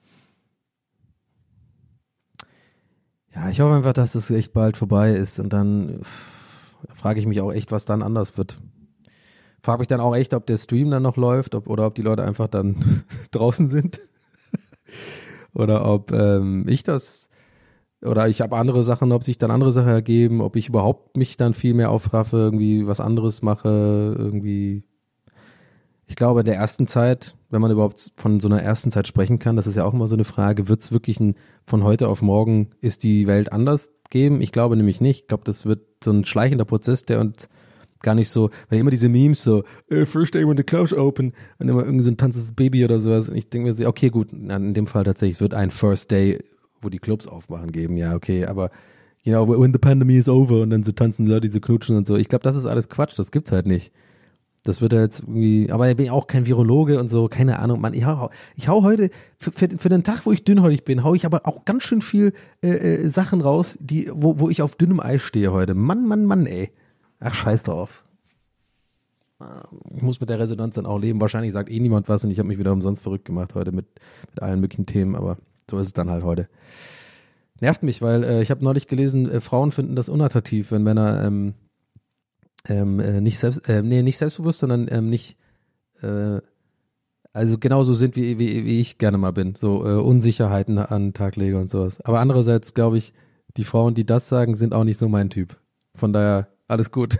Ja, ich hoffe einfach, dass es echt bald vorbei ist und dann frage ich mich auch echt, was dann anders wird. Frage mich dann auch echt, ob der Stream dann noch läuft ob, oder ob die Leute einfach dann draußen sind. Oder ob ähm, ich das, oder ich habe andere Sachen, ob sich dann andere Sachen ergeben, ob ich überhaupt mich dann viel mehr aufraffe, irgendwie was anderes mache, irgendwie. Ich glaube, in der ersten Zeit, wenn man überhaupt von so einer ersten Zeit sprechen kann, das ist ja auch immer so eine Frage, wird es wirklich ein, von heute auf morgen, ist die Welt anders geben? Ich glaube nämlich nicht. Ich glaube, das wird so ein schleichender Prozess, der uns gar nicht so, weil immer diese Memes so, uh, first day when the clubs open und immer irgendwie so ein tanzendes Baby oder sowas und ich denke mir so, okay, gut, in dem Fall tatsächlich, es wird ein First Day, wo die Clubs aufmachen geben, ja, okay, aber you know, when the pandemic is over und dann so tanzen Leute, die so knutschen und so, ich glaube, das ist alles Quatsch, das gibt's halt nicht. Das wird ja jetzt irgendwie, aber ich bin auch kein Virologe und so, keine Ahnung, Mann, ich hau, ich hau heute, für, für, für den Tag, wo ich dünnhäutig bin, hau ich aber auch ganz schön viel äh, äh, Sachen raus, die, wo, wo ich auf dünnem Eis stehe heute. Mann, Mann, Mann, ey. Ach, scheiß drauf. Ich muss mit der Resonanz dann auch leben. Wahrscheinlich sagt eh niemand was und ich habe mich wieder umsonst verrückt gemacht heute mit, mit allen möglichen Themen, aber so ist es dann halt heute. Nervt mich, weil äh, ich habe neulich gelesen, äh, Frauen finden das unattraktiv, wenn Männer ähm, ähm, äh, nicht selbst, äh, nee, nicht selbstbewusst, sondern ähm, nicht, äh, also genauso sind wie, wie, wie ich gerne mal bin, so äh, Unsicherheiten an den Tag lege und sowas. Aber andererseits glaube ich, die Frauen, die das sagen, sind auch nicht so mein Typ. Von daher, alles gut.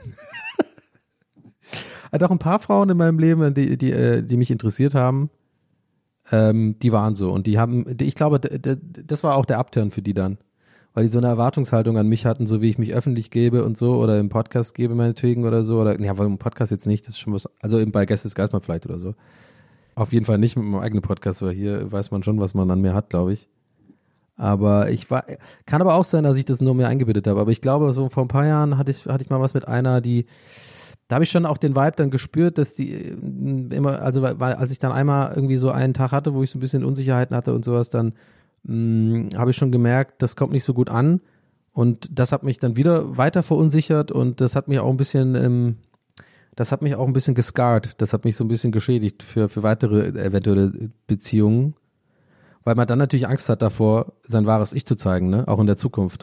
Hat auch ein paar Frauen in meinem Leben, die, die, äh, die mich interessiert haben, ähm, die waren so. Und die haben, ich glaube, d- d- das war auch der Upturn für die dann. Weil die so eine Erwartungshaltung an mich hatten, so wie ich mich öffentlich gebe und so, oder im Podcast gebe meinetwegen oder so, oder, ja, weil im Podcast jetzt nicht, das ist schon was, also eben bei Gästes Geistmann vielleicht oder so. Auf jeden Fall nicht mit meinem eigenen Podcast, weil hier weiß man schon, was man an mir hat, glaube ich. Aber ich war, kann aber auch sein, dass ich das nur mir eingebildet habe, aber ich glaube, so vor ein paar Jahren hatte ich, hatte ich mal was mit einer, die, da habe ich schon auch den Vibe dann gespürt, dass die immer, also weil als ich dann einmal irgendwie so einen Tag hatte, wo ich so ein bisschen Unsicherheiten hatte und sowas, dann habe ich schon gemerkt, das kommt nicht so gut an und das hat mich dann wieder weiter verunsichert und das hat mich auch ein bisschen, ähm, das hat mich auch ein bisschen gescarred, das hat mich so ein bisschen geschädigt für, für weitere eventuelle Beziehungen, weil man dann natürlich Angst hat davor, sein wahres Ich zu zeigen, ne, auch in der Zukunft.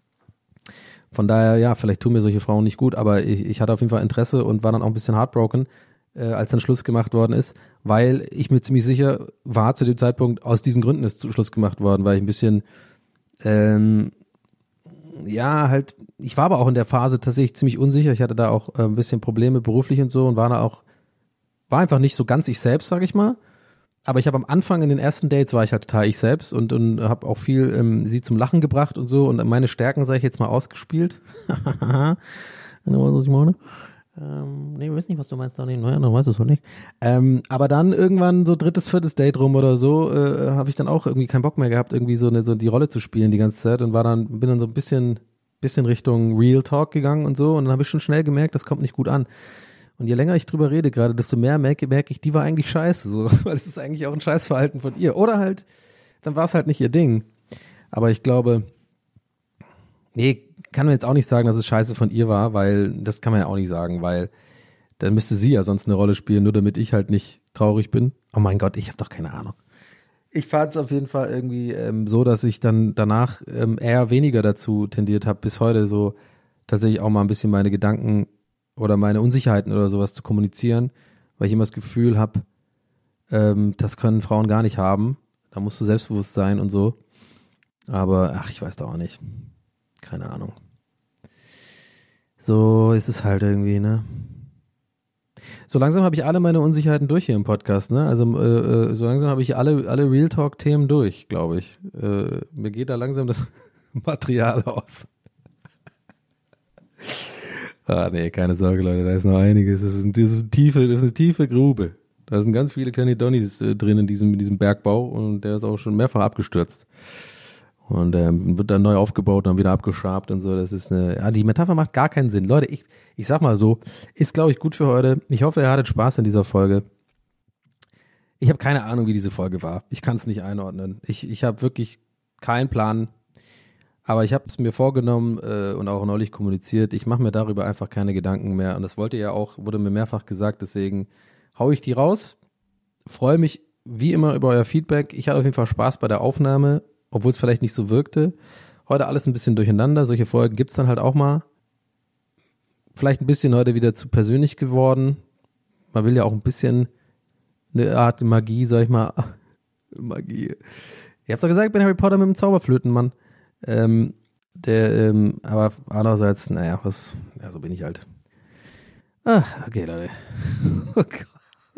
Von daher, ja, vielleicht tun mir solche Frauen nicht gut, aber ich, ich hatte auf jeden Fall Interesse und war dann auch ein bisschen heartbroken, äh, als dann Schluss gemacht worden ist, weil ich mir ziemlich sicher war, zu dem Zeitpunkt, aus diesen Gründen ist Schluss gemacht worden, weil ich ein bisschen, ähm, ja, halt, ich war aber auch in der Phase tatsächlich ziemlich unsicher, ich hatte da auch äh, ein bisschen Probleme beruflich und so und war da auch, war einfach nicht so ganz ich selbst, sag ich mal, aber ich habe am Anfang in den ersten Dates war ich halt total ich selbst und, und habe auch viel ähm, sie zum Lachen gebracht und so und meine Stärken, sage ich jetzt mal, ausgespielt. Was ich meine? Ähm, nee, ich weiß nicht, was du meinst, Donny. Naja, dann weißt du es noch nicht. Ähm, aber dann irgendwann so drittes, viertes Date rum oder so, äh, habe ich dann auch irgendwie keinen Bock mehr gehabt, irgendwie so eine so die Rolle zu spielen die ganze Zeit und war dann, bin dann so ein bisschen, bisschen Richtung Real Talk gegangen und so und dann habe ich schon schnell gemerkt, das kommt nicht gut an. Und je länger ich drüber rede gerade, desto mehr merke, merke ich, die war eigentlich scheiße, so, weil es ist eigentlich auch ein Scheißverhalten von ihr. Oder halt, dann war es halt nicht ihr Ding. Aber ich glaube, nee, kann man jetzt auch nicht sagen, dass es scheiße von ihr war, weil das kann man ja auch nicht sagen, weil dann müsste sie ja sonst eine Rolle spielen, nur damit ich halt nicht traurig bin. Oh mein Gott, ich habe doch keine Ahnung. Ich fand es auf jeden Fall irgendwie ähm, so, dass ich dann danach ähm, eher weniger dazu tendiert habe, bis heute so tatsächlich auch mal ein bisschen meine Gedanken oder meine Unsicherheiten oder sowas zu kommunizieren, weil ich immer das Gefühl habe, ähm, das können Frauen gar nicht haben. Da musst du selbstbewusst sein und so. Aber ach, ich weiß doch auch nicht. Keine Ahnung. So ist es halt irgendwie, ne? So langsam habe ich alle meine Unsicherheiten durch hier im Podcast, ne? Also äh, so langsam habe ich alle alle Real Talk Themen durch, glaube ich. Äh, mir geht da langsam das Material aus. Ah nee, keine Sorge, Leute, da ist noch einiges. Das ist, das ist, eine, tiefe, das ist eine tiefe Grube. Da sind ganz viele kleine Donnies äh, drin in diesem, in diesem Bergbau und der ist auch schon mehrfach abgestürzt. Und ähm, wird dann neu aufgebaut, dann wieder abgeschabt und so. Das ist eine, ja, die Metapher macht gar keinen Sinn. Leute, ich, ich sag mal so, ist glaube ich gut für heute. Ich hoffe, ihr hattet Spaß in dieser Folge. Ich habe keine Ahnung, wie diese Folge war. Ich kann es nicht einordnen. Ich, ich habe wirklich keinen Plan. Aber ich habe es mir vorgenommen äh, und auch neulich kommuniziert. Ich mache mir darüber einfach keine Gedanken mehr. Und das wollte ja auch, wurde mir mehrfach gesagt. Deswegen hau ich die raus. Freue mich wie immer über euer Feedback. Ich hatte auf jeden Fall Spaß bei der Aufnahme, obwohl es vielleicht nicht so wirkte. Heute alles ein bisschen durcheinander. Solche Folgen gibt's dann halt auch mal. Vielleicht ein bisschen heute wieder zu persönlich geworden. Man will ja auch ein bisschen eine Art Magie, sag ich mal. Magie. Ihr habt's doch gesagt, ich bin Harry Potter mit dem Zauberflötenmann. Ähm, der, ähm, aber andererseits, naja, was, ja, so bin ich halt. Ah, okay, Leute. Oh Gott.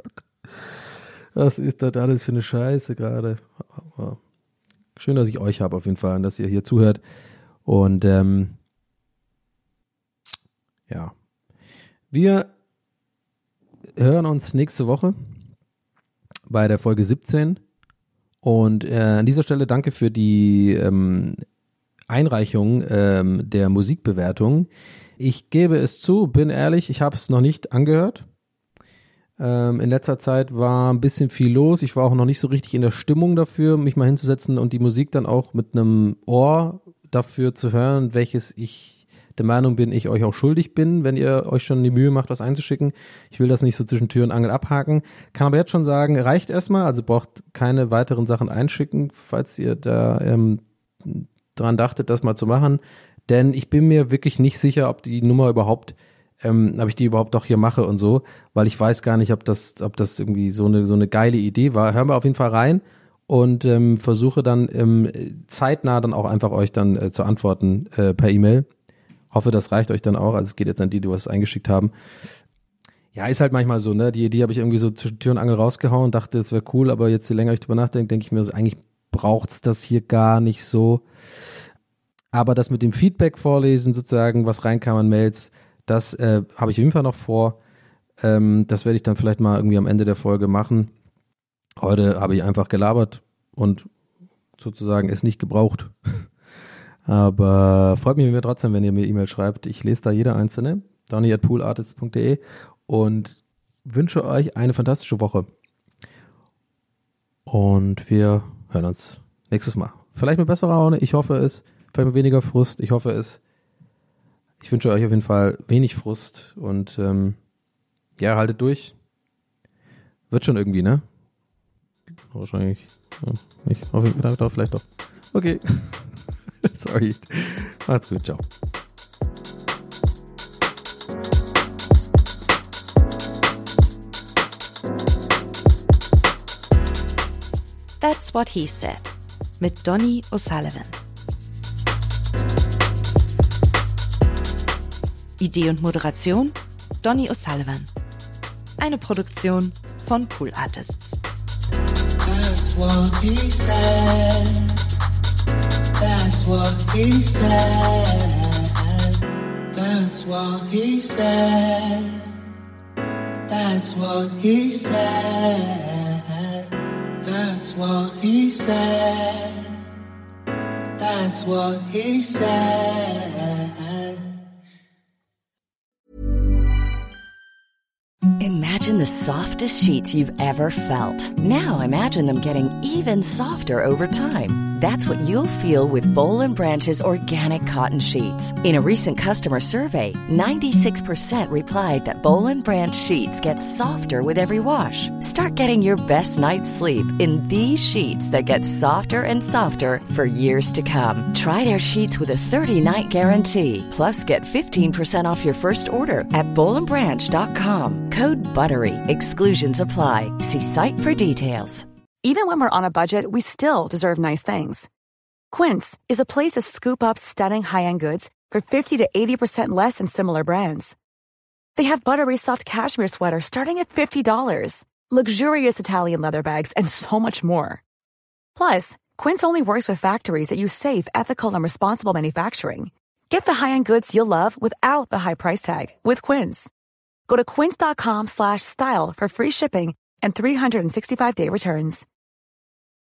Was ist das alles für eine Scheiße gerade? Schön, dass ich euch habe auf jeden Fall und dass ihr hier zuhört. Und ähm, ja, wir hören uns nächste Woche bei der Folge siebzehn. Und äh, an dieser Stelle danke für die ähm, Einreichung ähm, der Musikbewertung. Ich gebe es zu, bin ehrlich, ich habe es noch nicht angehört. Ähm, in letzter Zeit war ein bisschen viel los. Ich war auch noch nicht so richtig in der Stimmung dafür, mich mal hinzusetzen und die Musik dann auch mit einem Ohr dafür zu hören, welches ich der Meinung bin, ich euch auch schuldig bin, wenn ihr euch schon die Mühe macht, was einzuschicken. Ich will das nicht so zwischen Tür und Angel abhaken. Kann aber jetzt schon sagen, reicht erstmal, also braucht keine weiteren Sachen einschicken, falls ihr da ähm, dran dachtet, das mal zu machen. Denn ich bin mir wirklich nicht sicher, ob die Nummer überhaupt Ähm, ob ich die überhaupt auch hier mache und so, weil ich weiß gar nicht, ob das, ob das irgendwie so eine so eine geile Idee war. Hören wir auf jeden Fall rein und ähm, versuche dann ähm, zeitnah dann auch einfach euch dann äh, zu antworten äh, per E-Mail. Hoffe, das reicht euch dann auch. Also es geht jetzt an die, die was eingeschickt haben. Ja, ist halt manchmal so, ne? Die Idee habe ich irgendwie so zwischen Tür und Angel rausgehauen und dachte, es wäre cool, aber jetzt je länger ich drüber nachdenke, denke ich mir, eigentlich braucht's das hier gar nicht so. Aber das mit dem Feedback vorlesen sozusagen, was reinkam an Mails, das äh, habe ich auf jeden Fall noch vor. Ähm, das werde ich dann vielleicht mal irgendwie am Ende der Folge machen. Heute habe ich einfach gelabert und sozusagen es nicht gebraucht. Aber freut mich mir trotzdem, wenn ihr mir E-Mail schreibt. Ich lese da jede einzelne. Donny at poolartists punkt de und wünsche euch eine fantastische Woche. Und wir hören uns nächstes Mal. Vielleicht mit besserer Laune, ich hoffe es. Vielleicht mit weniger Frust, ich hoffe es. Ich wünsche euch auf jeden Fall wenig Frust und ähm, ja, haltet durch. Wird schon irgendwie, ne? Wahrscheinlich. Ja, nicht. Auf jeden Fall, doch, vielleicht doch. Okay. Sorry. Macht's gut, ciao. That's What He Said mit Donny O'Sullivan. Idee und Moderation Donny O'Sullivan. Eine Produktion von Pool Artists. That's what he said. That's what he said. That's what he said. That's what he said. That's what he said. That's what he said. Imagine the softest sheets you've ever felt. Now imagine them getting even softer over time. That's what you'll feel with Boll and Branch's organic cotton sheets. In a recent customer survey, ninety-six percent replied that Boll and Branch sheets get softer with every wash. Start getting your best night's sleep in these sheets that get softer and softer for years to come. Try their sheets with a thirty-night guarantee. Plus, get fifteen percent off your first order at boll and branch dot com. Code BUTTERY. Exclusions apply. See site for details. Even when we're on a budget, we still deserve nice things. Quince is a place to scoop up stunning high-end goods for fifty to eighty percent less than similar brands. They have buttery soft cashmere sweaters starting at fifty dollars, luxurious Italian leather bags, and so much more. Plus, Quince only works with factories that use safe, ethical, and responsible manufacturing. Get the high-end goods you'll love without the high price tag with Quince. Go to quince dot com slash style for free shipping and three sixty-five day returns.